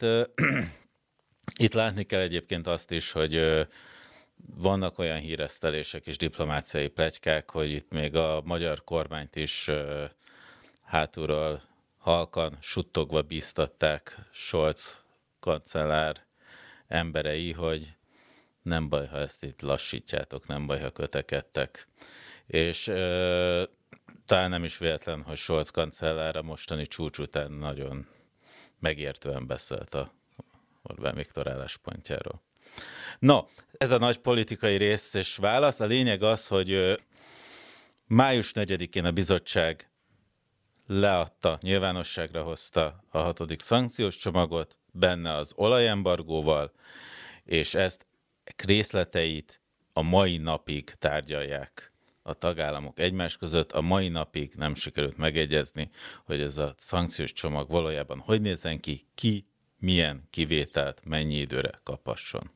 itt látni kell egyébként azt is, hogy vannak olyan híresztelések és diplomáciai pletykák, hogy itt még a magyar kormányt is hátulról halkan, suttogva bíztatták Scholz kancellár emberei, hogy nem baj, ha ezt itt lassítjátok, nem baj, ha kötekedtek. És talán nem is véletlen, hogy Scholz kancellár a mostani csúcs után nagyon megértően beszélt a Orbán Viktor álláspontjáról. No, ez a nagy politikai rész és válasz. A lényeg az, hogy május 4-én a bizottság leadta, nyilvánosságra hozta a 6. szankciós csomagot, benne az olajembargóval, és ezt részleteit a mai napig tárgyalják a tagállamok egymás között. A mai napig nem sikerült megegyezni, hogy ez a szankciós csomag valójában hogy nézzen ki milyen kivételt mennyi időre kaphasson.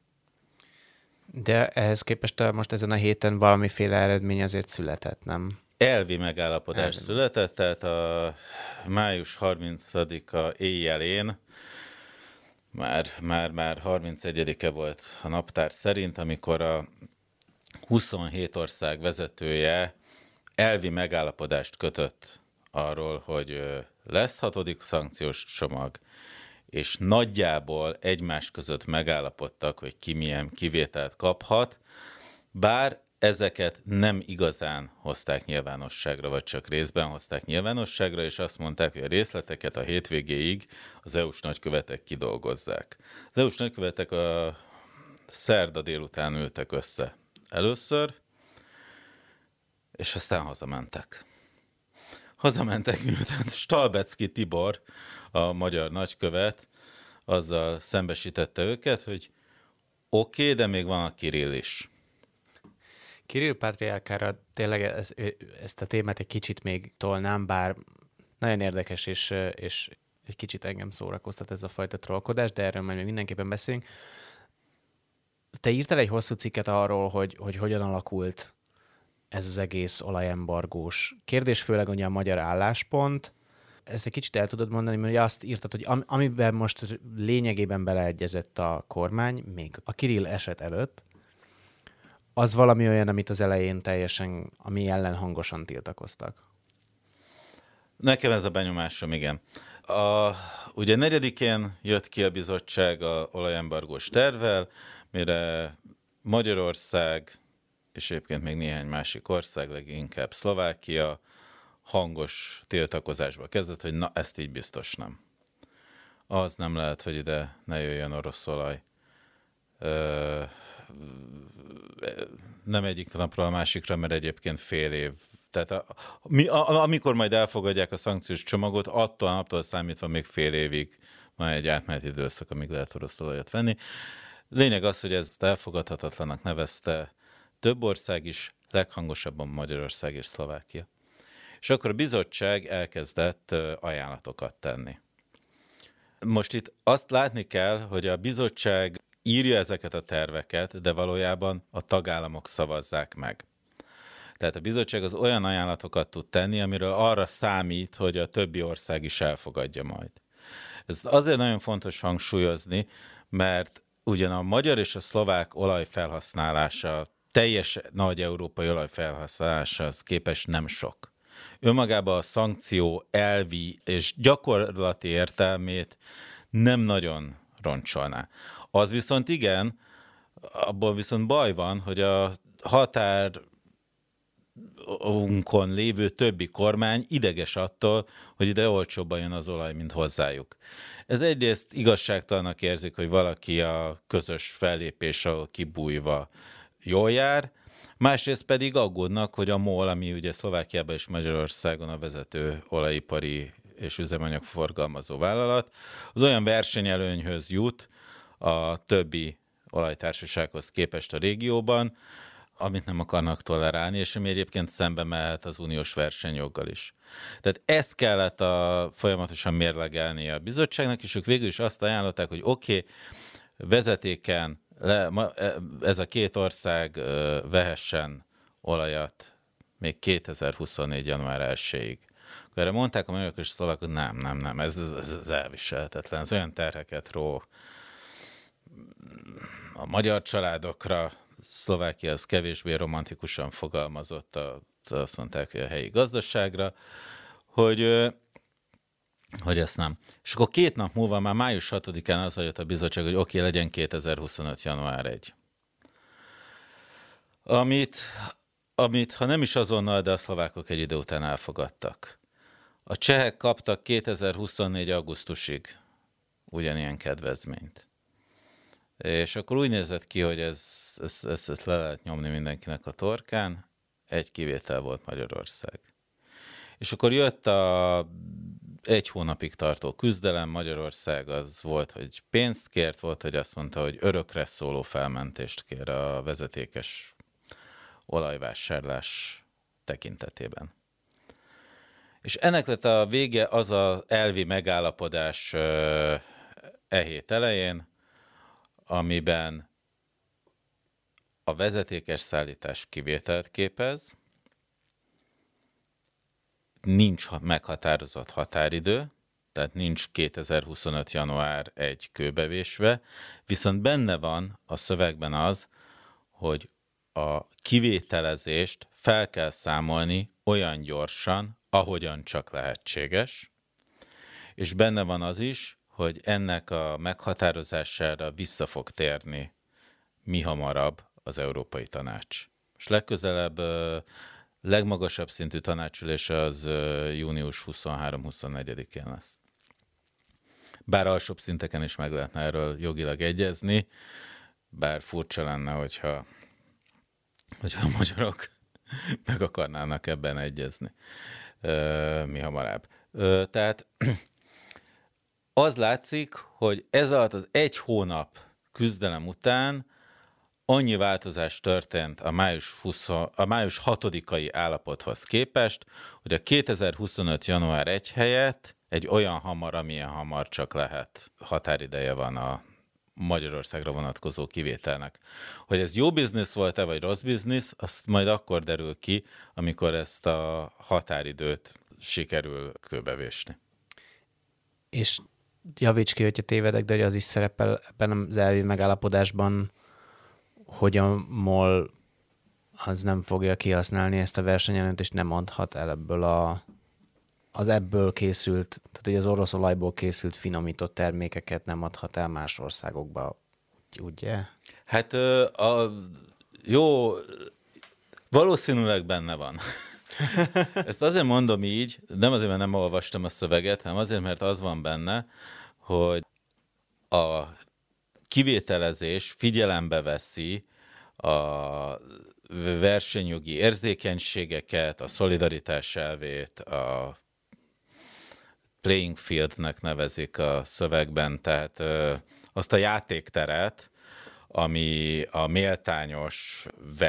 De ehhez képest most ezen a héten valamiféle eredmény azért született, nem? Elvi megállapodás született, tehát a május 30-a éjjelén, már 31-e volt a naptár szerint, amikor a 27 ország vezetője elvi megállapodást kötött arról, hogy lesz 6. szankciós csomag, és nagyjából egymás között megállapodtak, hogy ki milyen kivételt kaphat, bár ezeket nem igazán hozták nyilvánosságra, vagy csak részben hozták nyilvánosságra, és azt mondták, hogy a részleteket a hétvégéig az EU-s nagykövetek kidolgozzák. Az EU-s nagykövetek a szerda délután ültek össze először, és aztán hazamentek. Hazamentek, miután Stalbecki Tibor, a magyar nagykövet, azzal szembesítette őket, hogy oké, de még van a Kirill is. Kirill pátriárkára tényleg ezt a témát egy kicsit még tolnám, bár nagyon érdekes, és egy kicsit engem szórakoztat ez a fajta trollkodás, de erről majd még mindenképpen beszélünk. Te írtál egy hosszú cikket arról, hogy hogyan alakult ez az egész olajembargós kérdés, főleg ugye a magyar álláspont. Ezt egy kicsit el tudod mondani, mert azt írtad, hogy amiben most lényegében beleegyezett a kormány, még a Kirill eset előtt, az valami olyan, amit az elején teljesen, ami ellen hangosan tiltakoztak. Nekem ez a benyomásom, igen. Ugye 4-én jött ki a bizottság a olajembargós tervvel, mire Magyarország, és egyébként még néhány másik ország, leginkább Szlovákia, hangos tiltakozásba kezdett, hogy na, ezt így biztos nem. Az nem lehet, hogy ide ne jöjjön orosz olaj. Nem egyik napról a másikra, mert egyébként fél év. Tehát amikor majd elfogadják a szankciós csomagot, attól a naptól számítva még fél évig van egy átmeneti időszak, amíg lehet orosz olajat venni. Lényeg az, hogy ezt elfogadhatatlanak nevezte több ország is, leghangosabban Magyarország és Szlovákia. És akkor a bizottság elkezdett ajánlatokat tenni. Most itt azt látni kell, hogy a bizottság írja ezeket a terveket, de valójában a tagállamok szavazzák meg. Tehát a bizottság az olyan ajánlatokat tud tenni, amiről arra számít, hogy a többi ország is elfogadja majd. Ez azért nagyon fontos hangsúlyozni, mert ugyan a magyar és a szlovák olajfelhasználása, teljes nagy európai olajfelhasználáshoz képest nem sok. Önmagában a szankció elvi és gyakorlati értelmét nem nagyon roncsolná. Az viszont igen, abból viszont baj van, hogy a határunkon lévő többi kormány ideges attól, hogy ide olcsóbban jön az olaj, mint hozzájuk. Ez egyrészt igazságtalanak érzik, hogy valaki a közös fellépés alól kibújva jól jár, másrészt pedig aggódnak, hogy a MOL, ami ugye Szlovákiában és Magyarországon a vezető olajipari és üzemanyagforgalmazó vállalat, az olyan versenyelőnyhöz jut a többi olajtársasághoz képest a régióban, amit nem akarnak tolerálni, és ami egyébként szembe mehet az uniós versenyjoggal is. Tehát ezt kellett folyamatosan mérlegelni a bizottságnak, és ők végül is azt ajánlották, hogy oké, vezetéken ez a két ország vehessen olajat még 2024. január 1-ig. Akkor erre mondták a magyarok és szlovákok, hogy nem, ez elviselhetetlen, ez olyan terheket ró a magyar családokra, Szlovákia az kevésbé romantikusan fogalmazott, azt mondták, hogy a helyi gazdaságra, hogy ezt nem. És akkor 2 nap múlva, már május 6-án az jött a bizottság, hogy oké, legyen 2025. január 1. Amit ha nem is azonnal, de a szlovákok egy idő után elfogadtak. A csehek kaptak 2024. augusztusig ugyanilyen kedvezményt. És akkor úgy nézett ki, hogy ezt le lehet nyomni mindenkinek a torkán, egy kivétel volt Magyarország. És akkor jött a 1 hónapig tartó küzdelem, Magyarország az volt, hogy pénzt kért, volt, hogy azt mondta, hogy örökre szóló felmentést kér a vezetékes olajvásárlás tekintetében. És ennek lett a vége az az elvi megállapodás hét elején, amiben a vezetékes szállítás kivételt képez, nincs meghatározott határidő, tehát nincs 2025. január 1 kőbevésve, viszont benne van a szövegben az, hogy a kivételezést fel kell számolni olyan gyorsan, ahogyan csak lehetséges, és benne van az is, hogy ennek a meghatározására vissza fog térni mihamarabb az Európai Tanács. És legközelebb legmagasabb szintű tanácsülés az június 23-24-én lesz. Bár alsóbb szinteken is meg lehetne erről jogilag egyezni, bár furcsa lenne, hogyha a magyarok meg akarnának ebben egyezni mihamarabb. Tehát az látszik, hogy ez alatt az 1 hónap küzdelem után annyi változás történt a május 6-ai állapothoz képest, hogy a 2025. január 1 helyett egy olyan hamar, amilyen hamar csak lehet határideje van a Magyarországra vonatkozó kivételnek. Hogy ez jó biznisz volt-e, vagy rossz biznisz, azt majd akkor derül ki, amikor ezt a határidőt sikerül kőbevésni. És javíts ki, hogyha tévedek, de az is szerepel ebben az elvi megállapodásban, hogy a MOL az nem fogja kihasználni ezt a versenyelőnyt, és nem adhat el ebből a az ebből készült, tehát hogy az orosz olajból készült finomított termékeket nem adhat el más országokba, ugye? Hát jó, valószínűleg benne van. Ezt azért mondom így, nem azért, mert nem olvastam a szöveget, hanem azért, mert az van benne, hogy a kivételezés figyelembe veszi a versenyjogi érzékenységeket, a szolidaritás elvét, a playing fieldnek nevezik a szövegben, tehát azt a játékteret, ami a méltányos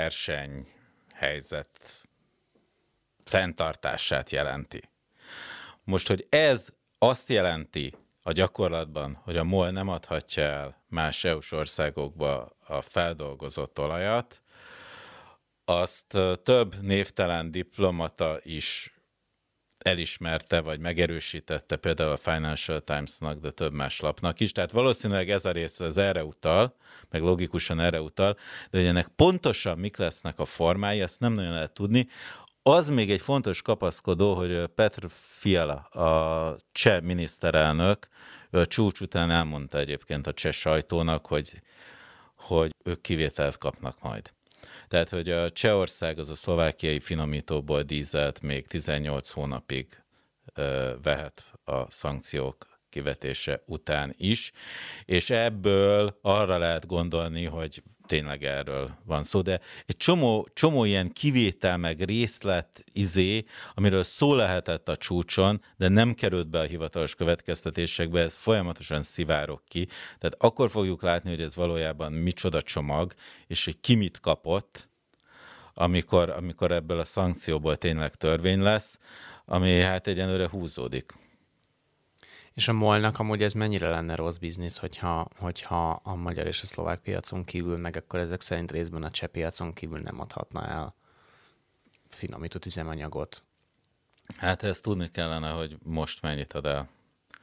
versenyhelyzet fenntartását jelenti. Most, hogy ez azt jelenti a gyakorlatban, hogy a MOL nem adhatja el más EU-s országokba a feldolgozott olajat, azt több névtelen diplomata is elismerte, vagy megerősítette, például a Financial Times-nak, de több más lapnak is. Tehát valószínűleg ez a rész az erre utal, meg logikusan erre utal, de hogy ennek pontosan mik lesznek a formái, ezt nem nagyon lehet tudni. Az még egy fontos kapaszkodó, hogy Petr Fiala, a cseh miniszterelnök, ő a csúcs után elmondta egyébként a cseh sajtónak, hogy ők kivételt kapnak majd. Tehát, hogy a Csehország az a szlovákiai finomítóból dízelt még 18 hónapig vehet a szankciók kivetése után is, és ebből arra lehet gondolni, hogy tényleg erről van szó, de egy csomó ilyen kivétel meg részlet amiről szó lehetett a csúcson, de nem került be a hivatalos következtetésekbe, ez folyamatosan szivárog ki. Tehát akkor fogjuk látni, hogy ez valójában micsoda csomag, és hogy ki mit kapott, amikor ebből a szankcióból tényleg törvény lesz, ami hát egyenlőre húzódik. És a MOL-nak amúgy ez mennyire lenne rossz biznisz, hogyha a magyar és a szlovák piacon kívül, meg akkor ezek szerint részben a cseh piacon kívül nem adhatna el finomított üzemanyagot? Hát ezt tudni kellene, hogy most mennyit ad el.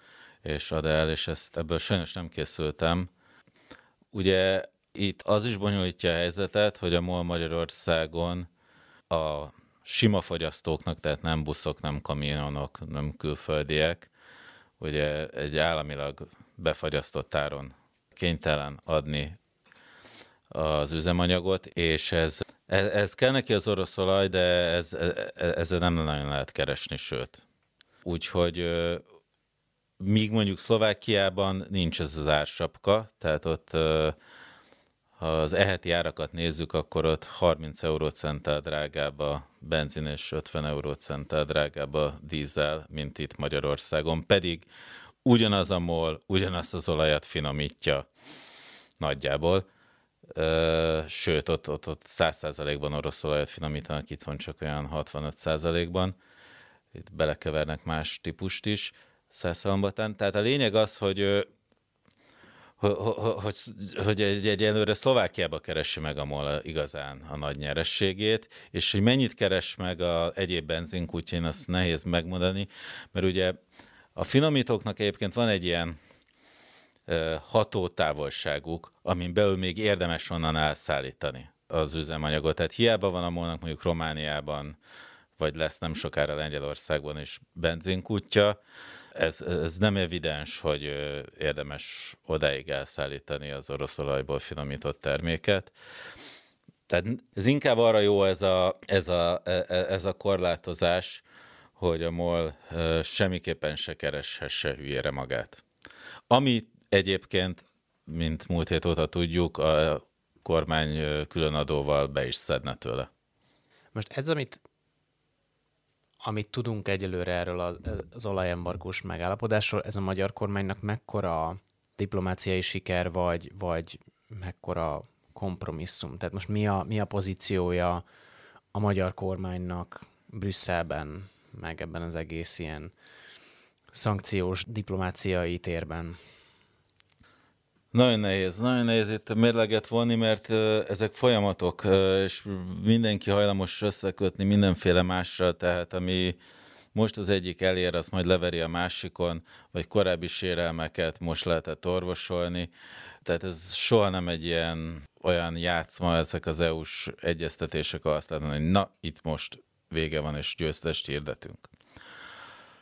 És ebből sajnos nem készültem. Ugye itt az is bonyolítja a helyzetet, hogy a MOL Magyarországon a sima fogyasztóknak, tehát nem buszok, nem kamionok, nem külföldiek, ugye egy államilag befagyasztott áron kénytelen adni az üzemanyagot, és ez kell neki az orosz olaj, de ezzel nem nagyon lehet keresni, sőt. Úgyhogy míg mondjuk Szlovákiában nincs ez az ársapka, tehát ott ha az eheti árakat nézzük, akkor ott 30 eurócenttel drágább a benzin és 50 eurócenttel drágább a dízel, mint itt Magyarországon. Pedig ugyanaz a MOL, ugyanazt az olajat finomítja nagyjából. Sőt, ott 100%-ban orosz olajat finomítanak, itthon csak olyan 65%-ban. Itt belekevernek más típust is, szászalombatán. Tehát a lényeg az, hogy egyelőre Szlovákiába keresi meg a MOL igazán a nagy nyerességét, és hogy mennyit keres meg az egyéb benzinkútjain, azt nehéz megmondani, mert ugye a finomítóknak egyébként van egy ilyen hatótávolságuk, amin belül még érdemes onnan elszállítani az üzemanyagot. Tehát hiába van a MOL-nak mondjuk Romániában, vagy lesz nem sokára Lengyelországban is benzinkútja, ez nem evidens, hogy érdemes odáig elszállítani az orosz olajból finomított terméket. Tehát ez inkább arra jó ez a korlátozás, hogy a MOL semmiképpen se kereshesse hülyére magát. Ami egyébként, mint múlt hét óta tudjuk, a kormány különadóval be is szedne tőle. Most ez, amit tudunk egyelőre erről az olajembargós megállapodásról, ez a magyar kormánynak mekkora diplomáciai siker, vagy mekkora kompromisszum? Tehát most mi a pozíciója a magyar kormánynak Brüsszelben, meg ebben az egész ilyen szankciós diplomáciai térben? Nagyon nehéz itt mérleget vonni, mert ezek folyamatok, és mindenki hajlamos összekötni mindenféle mással, tehát ami most az egyik elér, az majd leveri a másikon, vagy korábbi sérelmeket most lehetett orvosolni. Tehát ez soha nem egy olyan játszma, ezek az EU-s egyeztetések, azt lehet mondani, hogy na, itt most vége van, és győztest hirdetünk.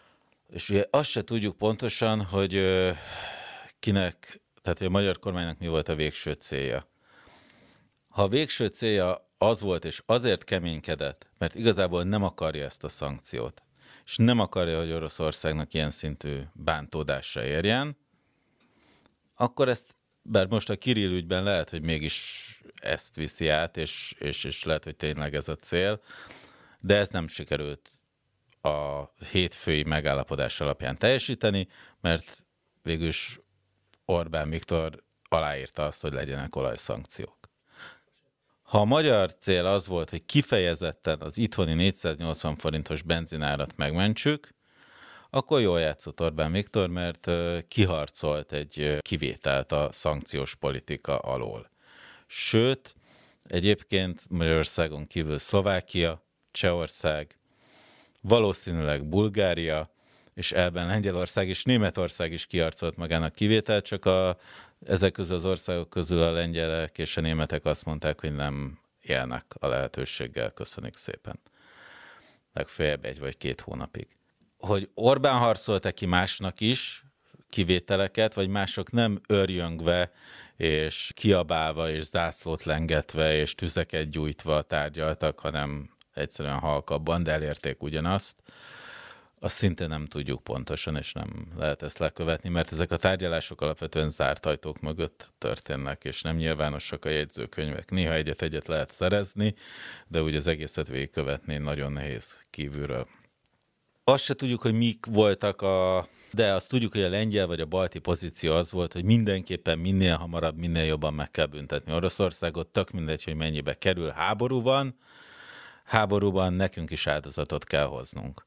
És ugye azt se tudjuk pontosan, hogy kinek, tehát hogy a magyar kormánynak mi volt a végső célja. Ha a végső célja az volt, és azért keménykedett, mert igazából nem akarja ezt a szankciót, és nem akarja, hogy Oroszországnak ilyen szintű bántódása érjen, akkor ezt, bár most a Kirill ügyben lehet, hogy mégis ezt viszi át, és lehet, hogy tényleg ez a cél, de ez nem sikerült a hétfői megállapodás alapján teljesíteni, mert végülis Orbán Viktor aláírta azt, hogy legyenek olajszankciók. Ha a magyar cél az volt, hogy kifejezetten az itthoni 480 forintos benzinárat megmentsük, akkor jól játszott Orbán Viktor, mert kiharcolt egy kivételt a szankciós politika alól. Sőt, egyébként Magyarországon kívül Szlovákia, Csehország, valószínűleg Bulgária, és elben Lengyelország és Németország is kiharcolt magának kivételt, csak ezek közül az országok közül a lengyelek és a németek azt mondták, hogy nem élnek a lehetőséggel, köszönjük szépen. Legfeljebb 1 vagy 2 hónapig. Hogy Orbán harcolt-e ki másnak is kivételeket, vagy mások nem örjöngve, és kiabálva, és zászlót lengetve, és tüzeket gyújtva tárgyaltak, hanem egyszerűen halkabban, de elérték ugyanazt. Azt szintén nem tudjuk pontosan, és nem lehet ezt lekövetni, mert ezek a tárgyalások alapvetően zárt ajtók mögött történnek, és nem nyilvánosak a jegyzőkönyvek. Néha egyet-egyet lehet szerezni, de úgy az egészet végigkövetni nagyon nehéz kívülről. Azt se tudjuk, hogy mik voltak de azt tudjuk, hogy a lengyel vagy a balti pozíció az volt, hogy mindenképpen minél hamarabb, minél jobban meg kell büntetni Oroszországot, tök mindegy, hogy mennyibe kerül. Háborúban nekünk is áldozatot kell hoznunk.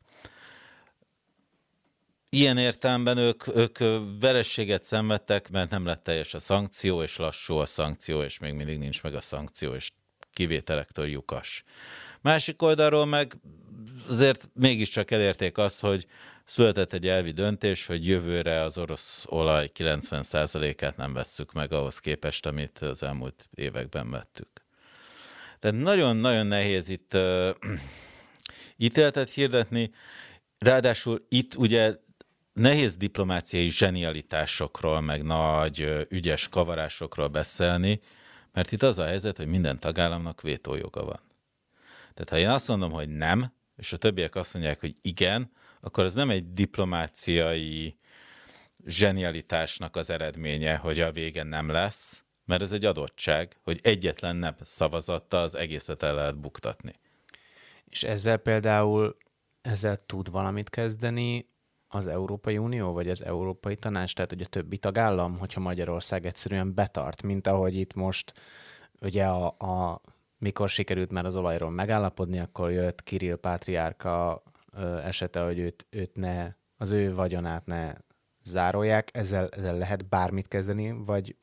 Ilyen értelemben ők verességet szenvedtek, mert nem lett teljes a szankció, és lassú a szankció, és még mindig nincs meg a szankció, és kivételektől lyukas. Másik oldalról meg azért mégiscsak elérték azt, hogy született egy elvi döntés, hogy jövőre az orosz olaj 90%-át nem vesszük meg ahhoz képest, amit az elmúlt években vettük. Tehát nagyon-nagyon nehéz itt ítéletet hirdetni, ráadásul itt ugye nehéz diplomáciai zsenialitásokról, meg nagy ügyes kavarásokról beszélni, mert itt az a helyzet, hogy minden tagállamnak vétójoga van. Tehát ha én azt mondom, hogy nem, és a többiek azt mondják, hogy igen, akkor az nem egy diplomáciai zsenialitásnak az eredménye, hogy a vége nem lesz, mert ez egy adottság, hogy egyetlen nem szavazattal az egészet el lehet buktatni. És ezzel tud valamit kezdeni az Európai Unió, vagy az Európai Tanács, tehát hogy a többi tagállam, hogyha Magyarország egyszerűen betart, mint ahogy itt most ugye mikor sikerült már az olajról megállapodni, akkor jött Kirill pátriárka esete, hogy az ő vagyonát ne zárolják. Ezzel lehet bármit kezdeni,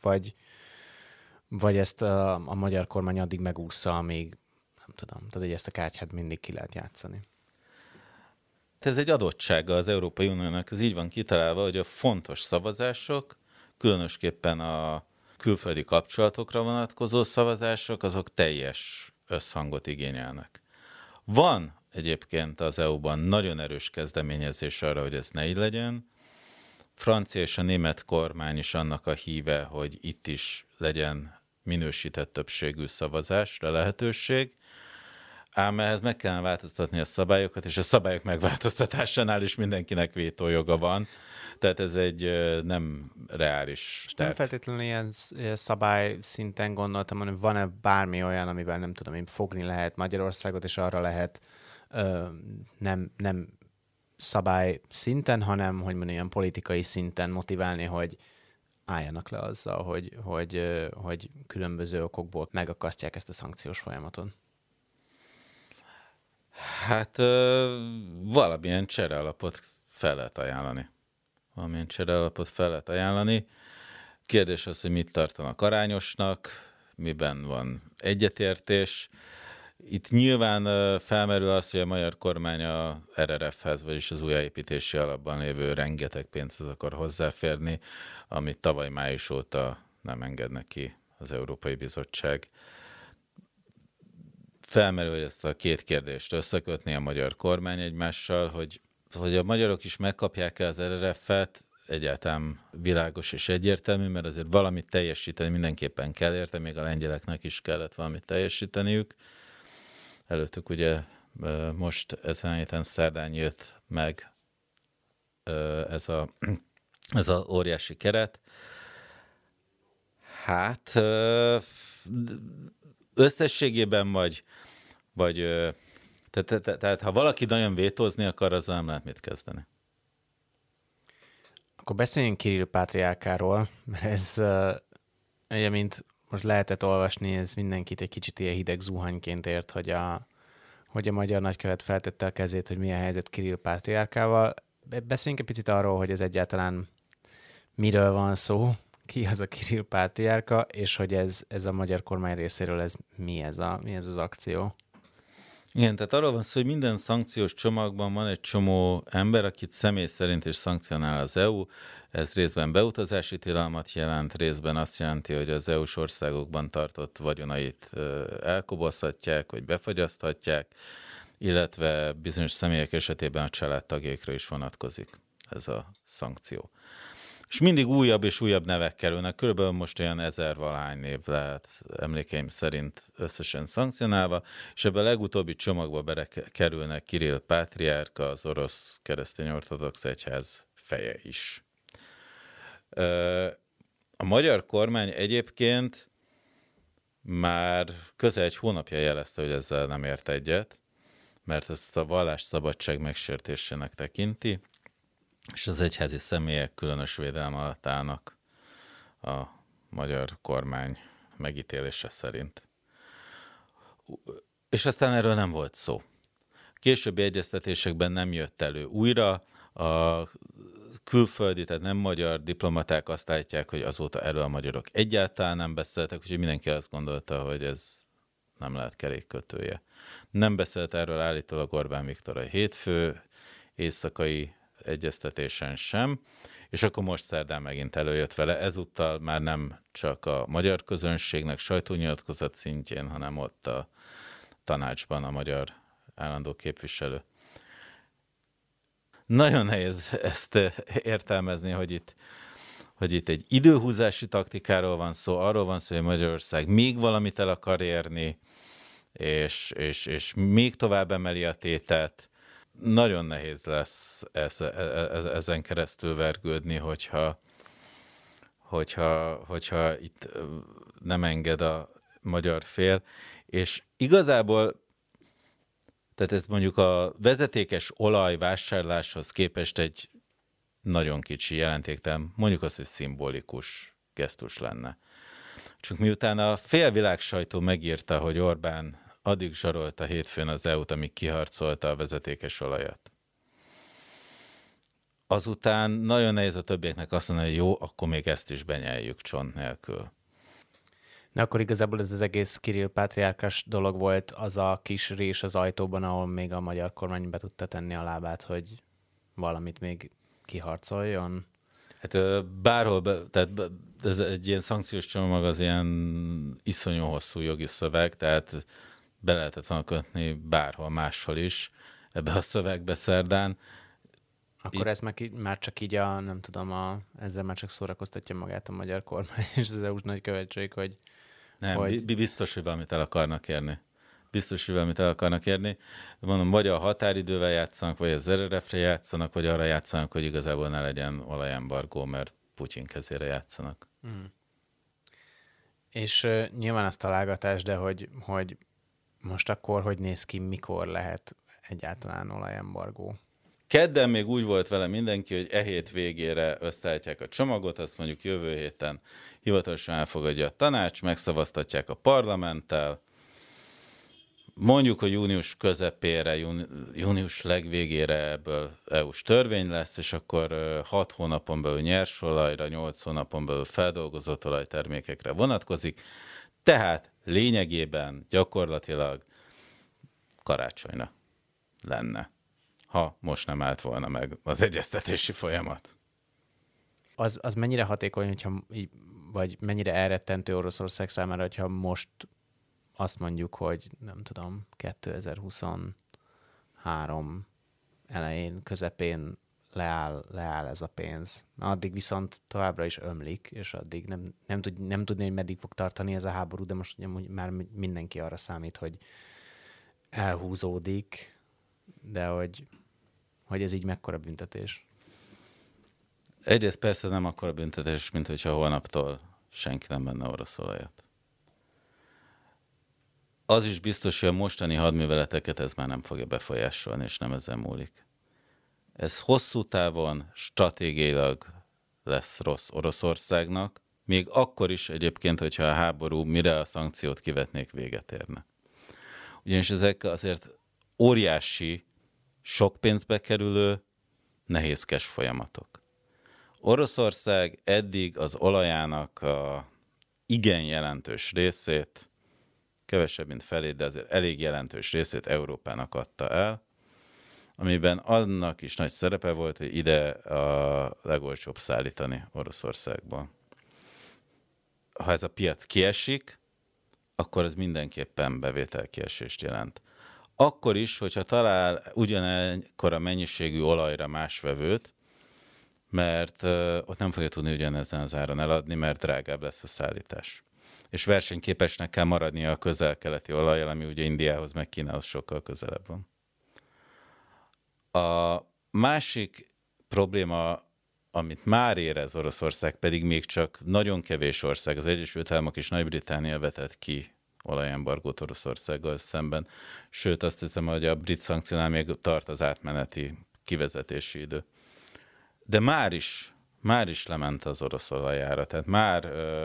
vagy ezt a magyar kormány addig megúszza, amíg nem tudom, tehát hogy ezt a kártyát mindig ki lehet játszani. Ez egy adottsága az Európai Uniónak, ez így van kitalálva, hogy a fontos szavazások, különösképpen a külföldi kapcsolatokra vonatkozó szavazások, azok teljes összhangot igényelnek. Van egyébként az EU-ban nagyon erős kezdeményezés arra, hogy ez ne így legyen. Francia és a német kormány is annak a híve, hogy itt is legyen minősített többségű szavazásra lehetőség, ám ehhez meg kellene változtatni a szabályokat, és a szabályok megváltoztatásánál is mindenkinek vétójoga van. Tehát ez egy nem reális terv. Nem feltétlenül ilyen szabály szinten gondoltam, hanem van-e bármi olyan, amivel nem tudom, fogni lehet Magyarországot, és arra lehet nem szabály szinten, hanem, hogy mondjam, ilyen politikai szinten motiválni, hogy álljanak le azzal, hogy különböző okokból megakasztják ezt a szankciós folyamaton. Hát valamilyen cserealapot fel lehet ajánlani. Kérdés az, hogy mit tartanak arányosnak, miben van egyetértés. Itt nyilván felmerül az, hogy a magyar kormány a RRF-hez, vagyis az újjáépítési alapban lévő rengeteg pénzhez akar hozzáférni, amit tavaly május óta nem engednek ki az Európai Bizottság. Felmerül, hogy ezt a két kérdést összekötni a magyar kormány egymással, hogy hogy a magyarok is megkapják-e az RRF-et, egyáltalán világos és egyértelmű, mert azért valamit teljesíteni mindenképpen kell érte, még a lengyeleknek is kellett valamit teljesíteniük. Előttük ugye most ezen a héten szerdán jött meg ez a óriási keret. Hát összességében tehát ha valaki nagyon vétózni akar, azzal nem lehet mit kezdeni. Akkor beszéljünk Kirill pátriárkáról, mert ez, ugye, mint most lehetett olvasni, ez mindenkit egy kicsit ilyen hideg zuhanyként ért, hogy a magyar nagykövet feltette a kezét, hogy milyen helyzet Kirill pátriárkával. Beszéljünk egy picit arról, hogy ez egyáltalán miről van szó, ki az a Kirill pátriárka, és hogy ez a magyar kormány részéről mi ez az akció. Igen, tehát arról van szó, hogy minden szankciós csomagban van egy csomó ember, akit személy szerint is szankcionál az EU. Ez részben beutazási tilalmat jelent, részben azt jelenti, hogy az EU-s országokban tartott vagyonait elkobozhatják, vagy befagyaszthatják, illetve bizonyos személyek esetében a családtagjaikra is vonatkozik ez a szankció. És mindig újabb és újabb nevek kerülnek, körülbelül most olyan 1000-valahány név lehet emlékeim szerint összesen szankcionálva, és ebben a legutóbbi csomagba belekerülnek Kirill pátriárka, az orosz keresztény-ortodox egyház feje is. A magyar kormány egyébként már közel egy hónapja jelezte, hogy ezzel nem ért egyet, mert ezt a vallásszabadság megsértésének tekinti, és az egyházi személyek különös védelme alatt állnak a magyar kormány megítélése szerint. És aztán erről nem volt szó. Későbbi egyeztetésekben nem jött elő újra. A külföldi, tehát nem magyar diplomaták azt állítják, hogy azóta erről a magyarok egyáltalán nem beszéltek, úgyhogy mindenki azt gondolta, hogy ez nem lehet kerékkötője. Nem beszélt erről állítólag Orbán Viktor a hétfő éjszakai egyeztetésen sem, és akkor most szerdán megint előjött vele. Ezúttal már nem csak a magyar közönségnek sajtónyilatkozat szintjén, hanem ott a tanácsban a magyar állandó képviselő. Nagyon nehéz ezt értelmezni, hogy itt egy időhúzási taktikáról van szó, arról van szó, hogy Magyarország még valamit el akar érni, és még tovább emeli a tétet. Nagyon nehéz lesz ezen keresztül vergődni, hogyha itt nem enged a magyar fél. És igazából, tehát ez mondjuk a vezetékes olaj vásárláshoz képest egy nagyon kicsi jelentéktelen, mondjuk azt, hogy szimbolikus gesztus lenne. Csak miután a félvilág sajtó megírta, hogy Orbán addig zsarolta hétfőn az EU-t, amíg kiharcolta a vezetékes olajat. Azután nagyon nehéz a többieknek azt mondani, hogy jó, akkor még ezt is benyeljük csont nélkül. De akkor igazából ez az egész Kirill pátriárkás dolog volt az a kis rés az ajtóban, ahol még a magyar kormány be tudta tenni a lábát, hogy valamit még kiharcoljon? Hát bárhol, tehát ez egy ilyen szankciós csomag az ilyen iszonyú hosszú jogi szöveg, tehát be lehetett volna kötni bárhol máshol is ebbe a szövegbe szerdán. Akkor ez már csak így nem tudom, ezzel már csak szórakoztatja magát a magyar kormány és az EU-s nagykövetség, hogy... Nem, biztos, hogy valamit el akarnak érni. Mondom, vagy a határidővel játszanak, vagy az RRF-re játszanak, vagy arra játszanak, hogy igazából ne legyen olajembargó, mert Putyin kezére játszanak. És nyilván az találgatás, de hogy most akkor hogy néz ki, mikor lehet egyáltalán olajembargó? Kedden még úgy volt vele mindenki, hogy e hét végére összeállítják a csomagot, azt mondjuk jövő héten hivatalosan elfogadja a tanács, megszavaztatják a parlamenttel, mondjuk, hogy június közepére, június legvégére ebből EU-s törvény lesz, és akkor 6 hónapon belül nyersolajra, 8 hónapon belül feldolgozott olajtermékekre vonatkozik, tehát lényegében gyakorlatilag karácsonyra lenne, ha most nem állt volna meg az egyeztetési folyamat. Az mennyire hatékony, vagy mennyire elrettentő Oroszország számára, hogyha most azt mondjuk, hogy nem tudom, 2023 elején, közepén leáll ez a pénz. Addig viszont továbbra is ömlik, és addig nem tudni, hogy meddig fog tartani ez a háború, de most ugye már mindenki arra számít, hogy elhúzódik, de hogy ez így mekkora büntetés. Egyrészt persze nem akkora büntetés, mint hogyha holnaptól senki nem venne orosz olajat. Az is biztos, hogy a mostani hadműveleteket ez már nem fogja befolyásolni, és nem ezen múlik. Ez hosszú távon stratégiailag lesz rossz Oroszországnak, még akkor is egyébként, hogyha a háború, mire a szankciót kivetnék, véget érne. Ugyanis ezek azért óriási, sok pénzbe kerülő, nehézkes folyamatok. Oroszország eddig az olajának a igen jelentős részét, kevesebb, mint felét, de azért elég jelentős részét Európának adta el, amiben annak is nagy szerepe volt, hogy ide a legolcsóbb szállítani Oroszországból. Ha ez a piac kiesik, akkor ez mindenképpen bevételkiesést jelent. Akkor is, hogyha talál ugyanekkora mennyiségű olajra más vevőt, mert ott nem fogja tudni ugyanezen az áron eladni, mert drágább lesz a szállítás. És versenyképesnek kell maradnia a közel-keleti olajjal, ami ugye Indiához meg Kínához sokkal közelebb van. A másik probléma, amit már érez Oroszország, pedig még csak nagyon kevés ország, az Egyesült Államok és Nagy-Britannia vetett ki olajembargót Oroszországgal szemben. Sőt, azt hiszem, hogy a brit szankciónál még tart az átmeneti kivezetési idő. De már is lement az orosz olajára, tehát már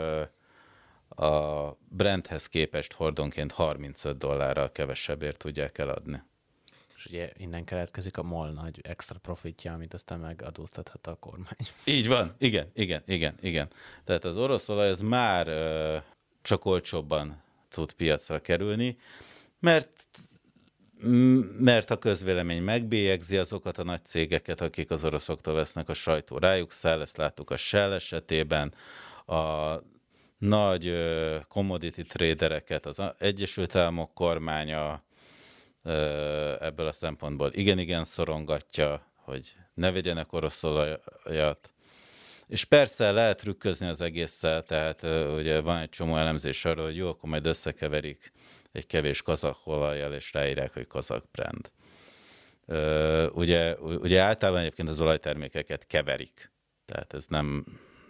a Brenthez képest hordonként $35 kevesebbért tudják eladni. És ugye innen keletkezik a MOL nagy extra profitja, amit aztán megadóztathat a kormány. Így van, igen. Tehát az orosz olaj az már csak olcsóbban tud piacra kerülni, mert a közvélemény megbélyegzi azokat a nagy cégeket, akik az oroszoktól vesznek, a sajtó rájuk száll, ezt láttuk a Shell esetében, a nagy commodity tradereket az Egyesült Államok kormánya ebből a szempontból igen szorongatja, hogy ne vegyenek orosz olajat. És persze lehet trükközni az egésszel, tehát ugye van egy csomó elemzés arról, hogy jó, akkor majd összekeverik egy kevés kazakh olajjal, és ráírják, hogy kazakh brand. Ugye általában egyébként az olajtermékeket keverik. Tehát ez nem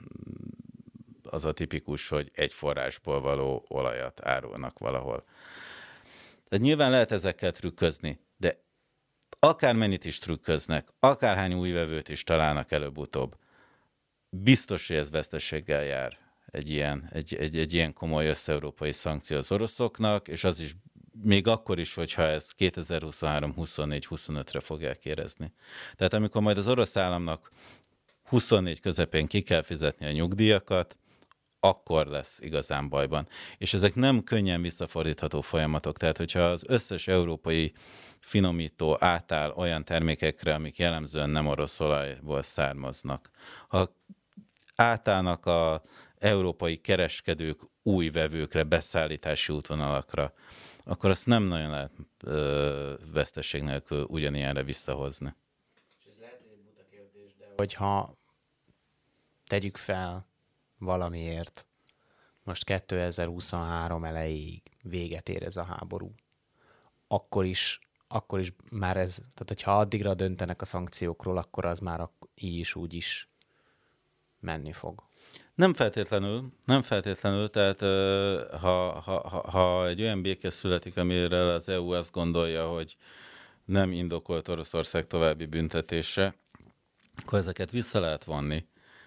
az a tipikus, hogy egy forrásból való olajat árulnak valahol. Tehát nyilván lehet ezekkel trükközni, de akármennyit is trükköznek, akárhány új vevőt is találnak előbb-utóbb, biztos, hogy ez veszteséggel jár egy ilyen komoly össze-európai szankció az oroszoknak, és az is még akkor is, hogyha ez 2023, 24, 25-re fogják érezni. Tehát amikor majd az orosz államnak 24 közepén ki kell fizetni a nyugdíjakat, akkor lesz igazán bajban. És ezek nem könnyen visszafordítható folyamatok. Tehát, hogyha az összes európai finomító átáll olyan termékekre, amik jellemzően nem orosz olajból származnak, ha átállnak az európai kereskedők új vevőkre, beszállítási útvonalakra, akkor azt nem nagyon lehet veszteség nélkül ugyanilyenre visszahozni. És ez lehet, hogy egy buta kérdés, de hogyha tegyük fel valamiért, most 2023 elejéig véget ér ez a háború, akkor is már ez, tehát hogyha addigra döntenek a szankciókról, akkor az már így is úgy is menni fog. Nem feltétlenül, tehát ha egy olyan béke születik, amire az EU azt gondolja, hogy nem indokolt Oroszország további büntetése, akkor ezeket vissza lehet vonni,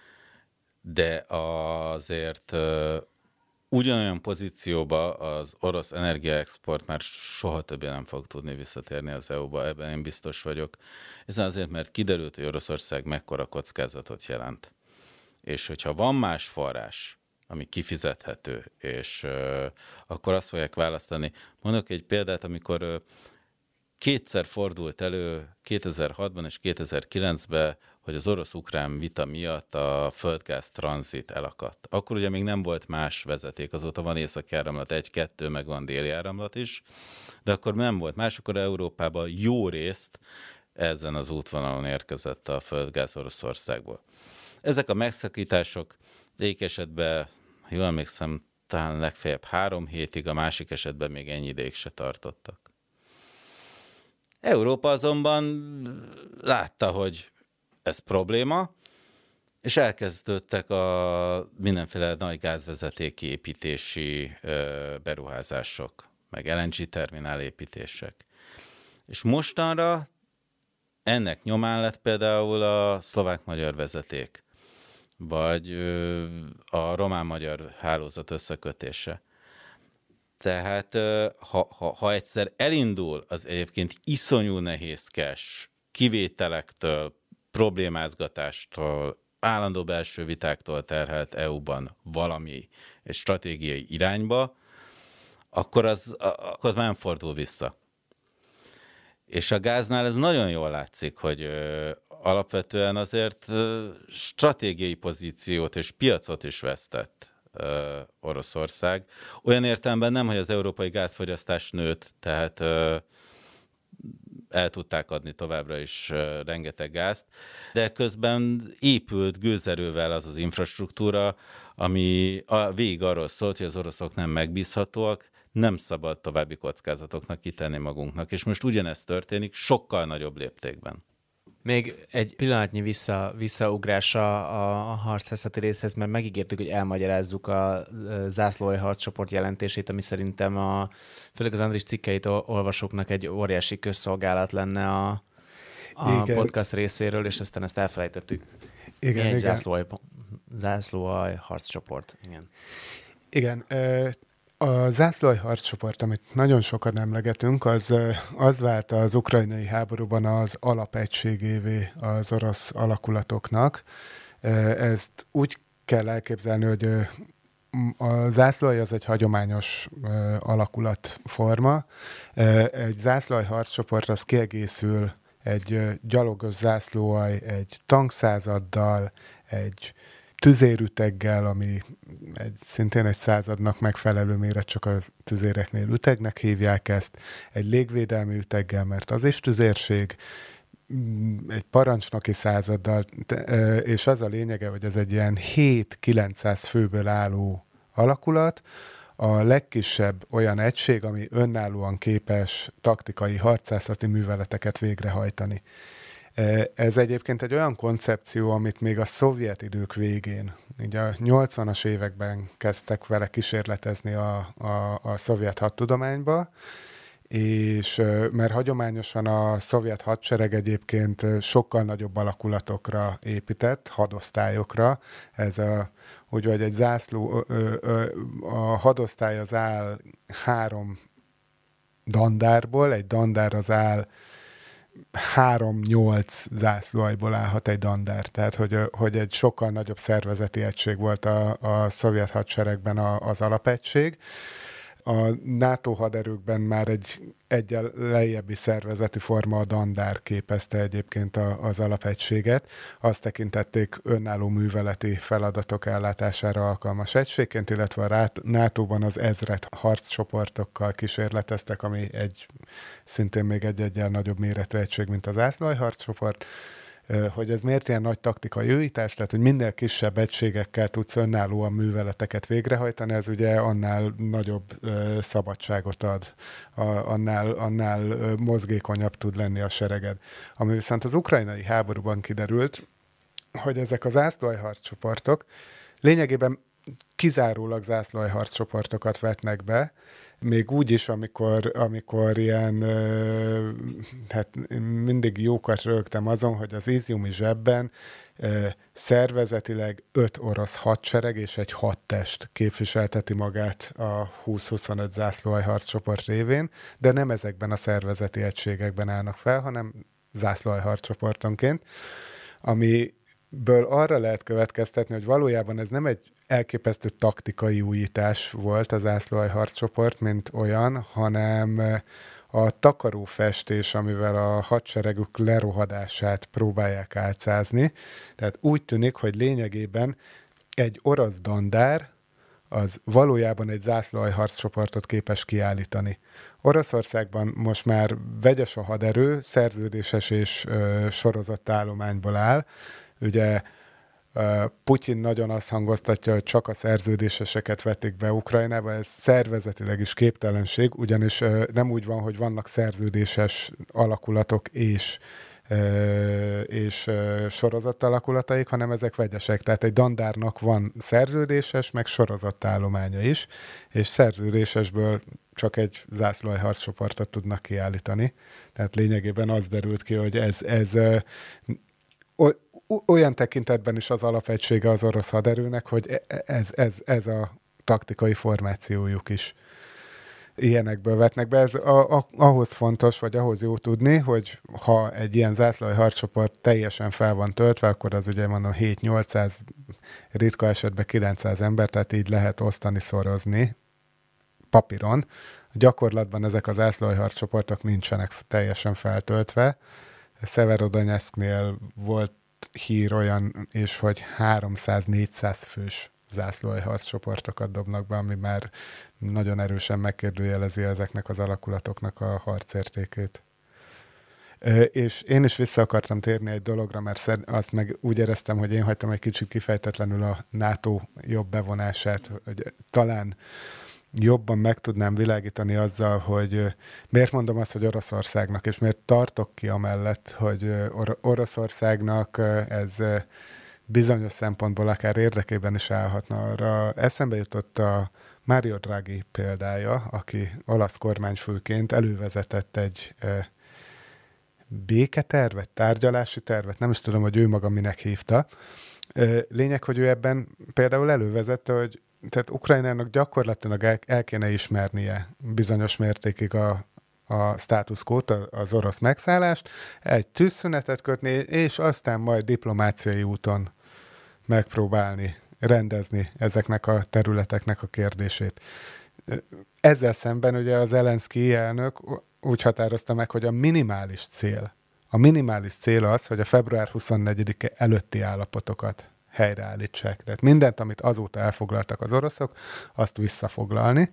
de azért ugyanolyan pozícióba az orosz energiaexport már soha többé nem fog tudni visszatérni az EU-ba, ebben én biztos vagyok. Ez azért, mert kiderült, hogy Oroszország mekkora kockázatot jelent. És hogyha van más forrás, ami kifizethető, és akkor azt fogják választani. Mondok egy példát, amikor kétszer fordult elő 2006-ban és 2009-ben, hogy az orosz-ukrán vita miatt a földgáz tranzit elakadt. Akkor ugye még nem volt más vezeték, azóta van északi áramlat 1-2, meg van déli áramlat is, de akkor nem volt más, akkor Európában jó részt ezen az útvonalon érkezett a földgáz Oroszországból. Ezek a megszakítások egyik esetben, ha jól emlékszem, talán legfeljebb 3 hétig, a másik esetben még ennyi ideig se tartottak. Európa azonban látta, hogy ez probléma, és elkezdődtek a mindenféle nagy gázvezetéki építési beruházások, meg LNG terminál építések. És mostanra ennek nyomán lett például a szlovák-magyar vezeték, vagy a román-magyar hálózat összekötése. Tehát ha egyszer elindul az egyébként iszonyú nehézkes kivételektől, problémázgatástól, állandó belső vitáktól terhelt EU-ban valami egy stratégiai irányba, akkor az már nem fordul vissza. És a gáznál ez nagyon jól látszik, hogy alapvetően azért stratégiai pozíciót és piacot is vesztett Oroszország. Olyan értelemben nem, hogy az európai gázfogyasztás nőtt, tehát el tudták adni továbbra is rengeteg gázt, de közben épült gőzerővel az az infrastruktúra, ami végig arról szólt, hogy az oroszok nem megbízhatóak, nem szabad további kockázatoknak kitenni magunknak, és most ugyanezt történik sokkal nagyobb léptékben. Még egy pillanatnyi visszaugrása a harcászati részhez, mert megígértük, hogy elmagyarázzuk a zászlóalj harccsoport jelentését, ami szerintem főleg az Andris cikkeit olvasóknak egy óriási közszolgálat lenne a podcast részéről, és aztán ezt elfelejtettük. Igen, egy zászlóalj harccsoport. Igen. A zászlóalj harccsoport, amit nagyon sokat emlegetünk, az vált az ukrajnai háborúban az alapegységévé az orosz alakulatoknak. Ezt úgy kell elképzelni, hogy a zászlóalj az egy hagyományos alakulatforma. Egy zászlóalj harccsoport az kiegészül egy gyalogos zászlóalj, egy tankszázaddal, egy tüzérüteggel, ami szintén egy századnak megfelelő méret, csak a tüzéreknél ütegnek hívják ezt, egy légvédelmi üteggel, mert az is tüzérség, egy parancsnoki századdal, és az a lényege, hogy ez egy ilyen 7-900 főből álló alakulat, a legkisebb olyan egység, ami önállóan képes taktikai harcászati műveleteket végrehajtani. Ez egyébként egy olyan koncepció, amit még a szovjet idők végén, ugye a 80-as években kezdtek vele kísérletezni a szovjet hadtudományba, és mert hagyományosan a szovjet hadsereg egyébként sokkal nagyobb alakulatokra épített, hadosztályokra. Ez úgyhogy egy zászló, a hadosztály az áll 3 dandárból, egy dandár az áll 3-8 zászlóaljból állhat egy dandár. Tehát, hogy egy sokkal nagyobb szervezeti egység volt a szovjet hadseregben az alapegység. A NATO haderőkben már egyel lejjebbi szervezeti forma a dandár képezte egyébként az alapegységet. Azt tekintették önálló műveleti feladatok ellátására alkalmas egységként, illetve a NATO-ban az ezred harccsoportokkal kísérleteztek, ami szintén még egy nagyobb méretű egység, mint az zászlóalj harccsoport. Hogy ez miért ilyen nagy taktikai újítás, tehát hogy minél kisebb egységekkel tudsz önállóan műveleteket végrehajtani, ez ugye annál nagyobb szabadságot ad, annál mozgékonyabb tud lenni a sereged. Ami viszont az ukrajnai háborúban kiderült, hogy ezek az zászlóalj harccsoportok lényegében kizárólag zászlóalj harccsoportokat vetnek be, még úgy is, amikor ilyen, hát mindig jókat rögtem azon, hogy az Izjumi zsebben szervezetileg 5 orosz hadsereg és egy hadtest képviselteti magát a 20-25 zászlóalj harccsoport révén, de nem ezekben a szervezeti egységekben állnak fel, hanem zászlóalj harccsoportonként, amiből arra lehet következtetni, hogy valójában ez nem egy elképesztő taktikai újítás volt az zászlóalj harccsoport, mint olyan, hanem a takarófestés, amivel a hadseregük lerohadását próbálják álcázni. Tehát úgy tűnik, hogy lényegében egy orosz dandár az valójában egy zászlóalj-harccsoportot képes kiállítani. Oroszországban most már vegyes a haderő, szerződéses és sorozat állományból áll. Ugye Putyin nagyon azt hangoztatja, hogy csak a szerződéseseket vették be Ukrajnába, ez szervezetileg is képtelenség, ugyanis nem úgy van, hogy vannak szerződéses alakulatok és sorozat alakulataik, hanem ezek vegyesek. Tehát egy dandárnak van szerződéses, meg sorozatállománya is, és szerződésesből csak egy zászlóalj-harccsoportot tudnak kiállítani. Tehát lényegében az derült ki, hogy ez olyan tekintetben is az alapegysége az orosz haderőnek, hogy ez a taktikai formációjuk is. Ilyenekből vetnek be. Ez ahhoz fontos, vagy ahhoz jó tudni, hogy ha egy ilyen zászlóalj-harccsoport teljesen fel van töltve, akkor az ugye mondom 7-800, ritka esetben 900 ember, tehát így lehet osztani, szorozni papíron. Gyakorlatban ezek az zászlóalj-harccsoportok nincsenek teljesen feltöltve. Szeverodonyecknél volt hír olyan, és hogy 300-400 fős zászlóalj-harccsoportokat dobnak be, ami már nagyon erősen megkérdőjelezi ezeknek az alakulatoknak a harcértékét. És én is vissza akartam térni egy dologra, mert azt meg úgy éreztem, hogy én hagytam egy kicsit kifejtetlenül a NATO jobb bevonását, hogy talán jobban meg tudnám világítani azzal, hogy miért mondom azt, hogy Oroszországnak, és miért tartok ki amellett, hogy Oroszországnak ez bizonyos szempontból akár érdekében is állhatna. Arra eszembe jutott a Mario Draghi példája, aki olasz kormányfőként elővezetett egy béketervet, tárgyalási tervet, nem is tudom, hogy ő maga minek hívta. Lényeg, hogy ő ebben például elővezette, hogy tehát Ukrajnának gyakorlatilag el kéne ismernie bizonyos mértékig a status quo-t, az orosz megszállást, egy tűzszünetet kötni, és aztán majd diplomáciai úton megpróbálni rendezni ezeknek a területeknek a kérdését. Ezzel szemben ugye az Zelenszkij elnök úgy határozta meg, hogy a minimális cél az, hogy a február 24-e előtti állapotokat helyreállítsák. Tehát mindent, amit azóta elfoglaltak az oroszok, azt visszafoglalni.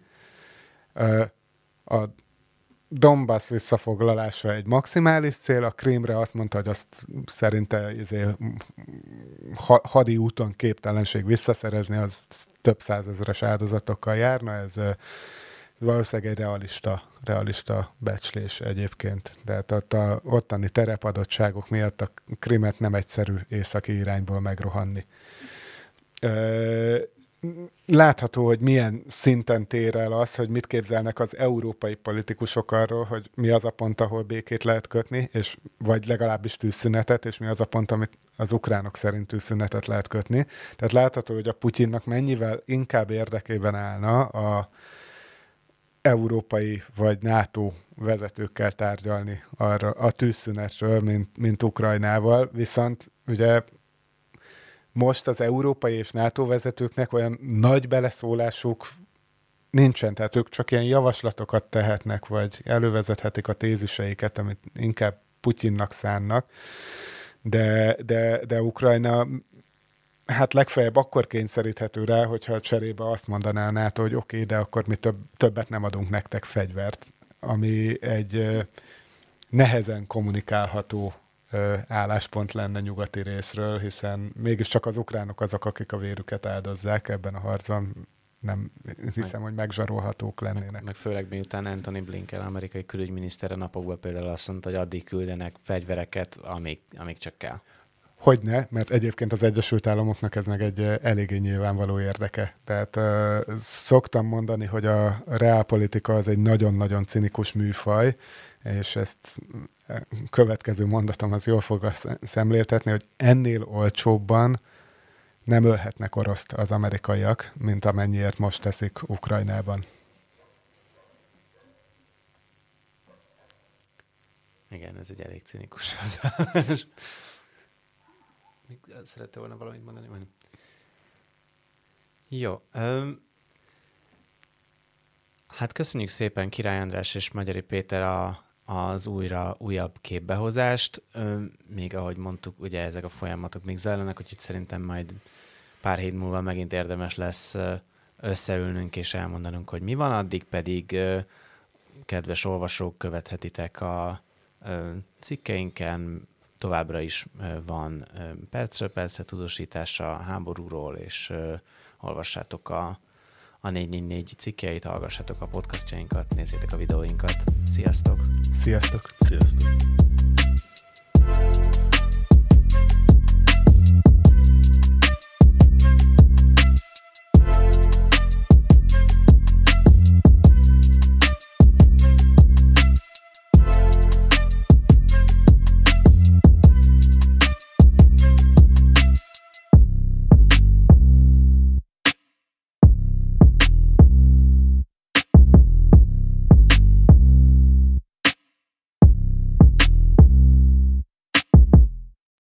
A Donbass visszafoglalása egy maximális cél, a Krímre azt mondta, hogy azt szerinte hadi úton képtelenség visszaszerezni, az több százezres áldozatokkal járna, ez valószínűleg egy realista becslés egyébként. Tehát a ottani terepadottságok miatt a Krímet nem egyszerű északi irányból megrohanni. Látható, hogy milyen szinten tér el az, hogy mit képzelnek az európai politikusok arról, hogy mi az a pont, ahol békét lehet kötni, és vagy legalábbis tűzszünetet, és mi az a pont, amit az ukránok szerint tűzszünetet lehet kötni. Tehát látható, hogy a Putyinnak mennyivel inkább érdekében állna a európai vagy NATO vezetőkkel tárgyalni arra a tűzszünetről, mint Ukrajnával, viszont ugye most az európai és NATO vezetőknek olyan nagy beleszólásuk nincsen, tehát ők csak ilyen javaslatokat tehetnek, vagy elővezethetik a téziseiket, amit inkább Putyinnak szánnak, de Ukrajna hát legfeljebb akkor kényszeríthető rá, hogyha cserébe azt mondaná a NATO, hogy oké, de akkor mi többet nem adunk nektek fegyvert, ami egy nehezen kommunikálható álláspont lenne nyugati részről, hiszen mégiscsak az ukránok azok, akik a vérüket áldozzák ebben a harcban, nem hiszem, hogy megzsarolhatók lennének. Meg főleg miután Antony Blinken, amerikai külügyminiszter a napokban például azt mondta, hogy addig küldenek fegyvereket, amíg csak kell. Hogyne, mert egyébként az Egyesült Államoknak ez meg egy eléggé nyilvánvaló érdeke. Tehát szoktam mondani, hogy a reálpolitika az egy nagyon-nagyon cinikus műfaj, és ezt következő mondatom az jól fog szemléltetni, hogy ennél olcsóbban nem ölhetnek oroszt az amerikaiak, mint amennyiért most teszik Ukrajnában. Igen, ez egy elég cinikus. Szerette volna valamit mondani? Jó. Hát köszönjük szépen Király András és Magyari Péter az újabb képbehozást. Még ahogy mondtuk, ugye ezek a folyamatok még zajlanak, úgyhogy szerintem majd pár hét múlva megint érdemes lesz összeülnünk és elmondanunk, hogy mi van, addig pedig kedves olvasók, követhetitek a cikkeinken, továbbra is van percről percre tudósítása a háborúról, és olvassátok a 444 cikkeit, hallgassátok a podcastjainkat, nézzétek a videóinkat. Sziasztok! Sziasztok! Sziasztok!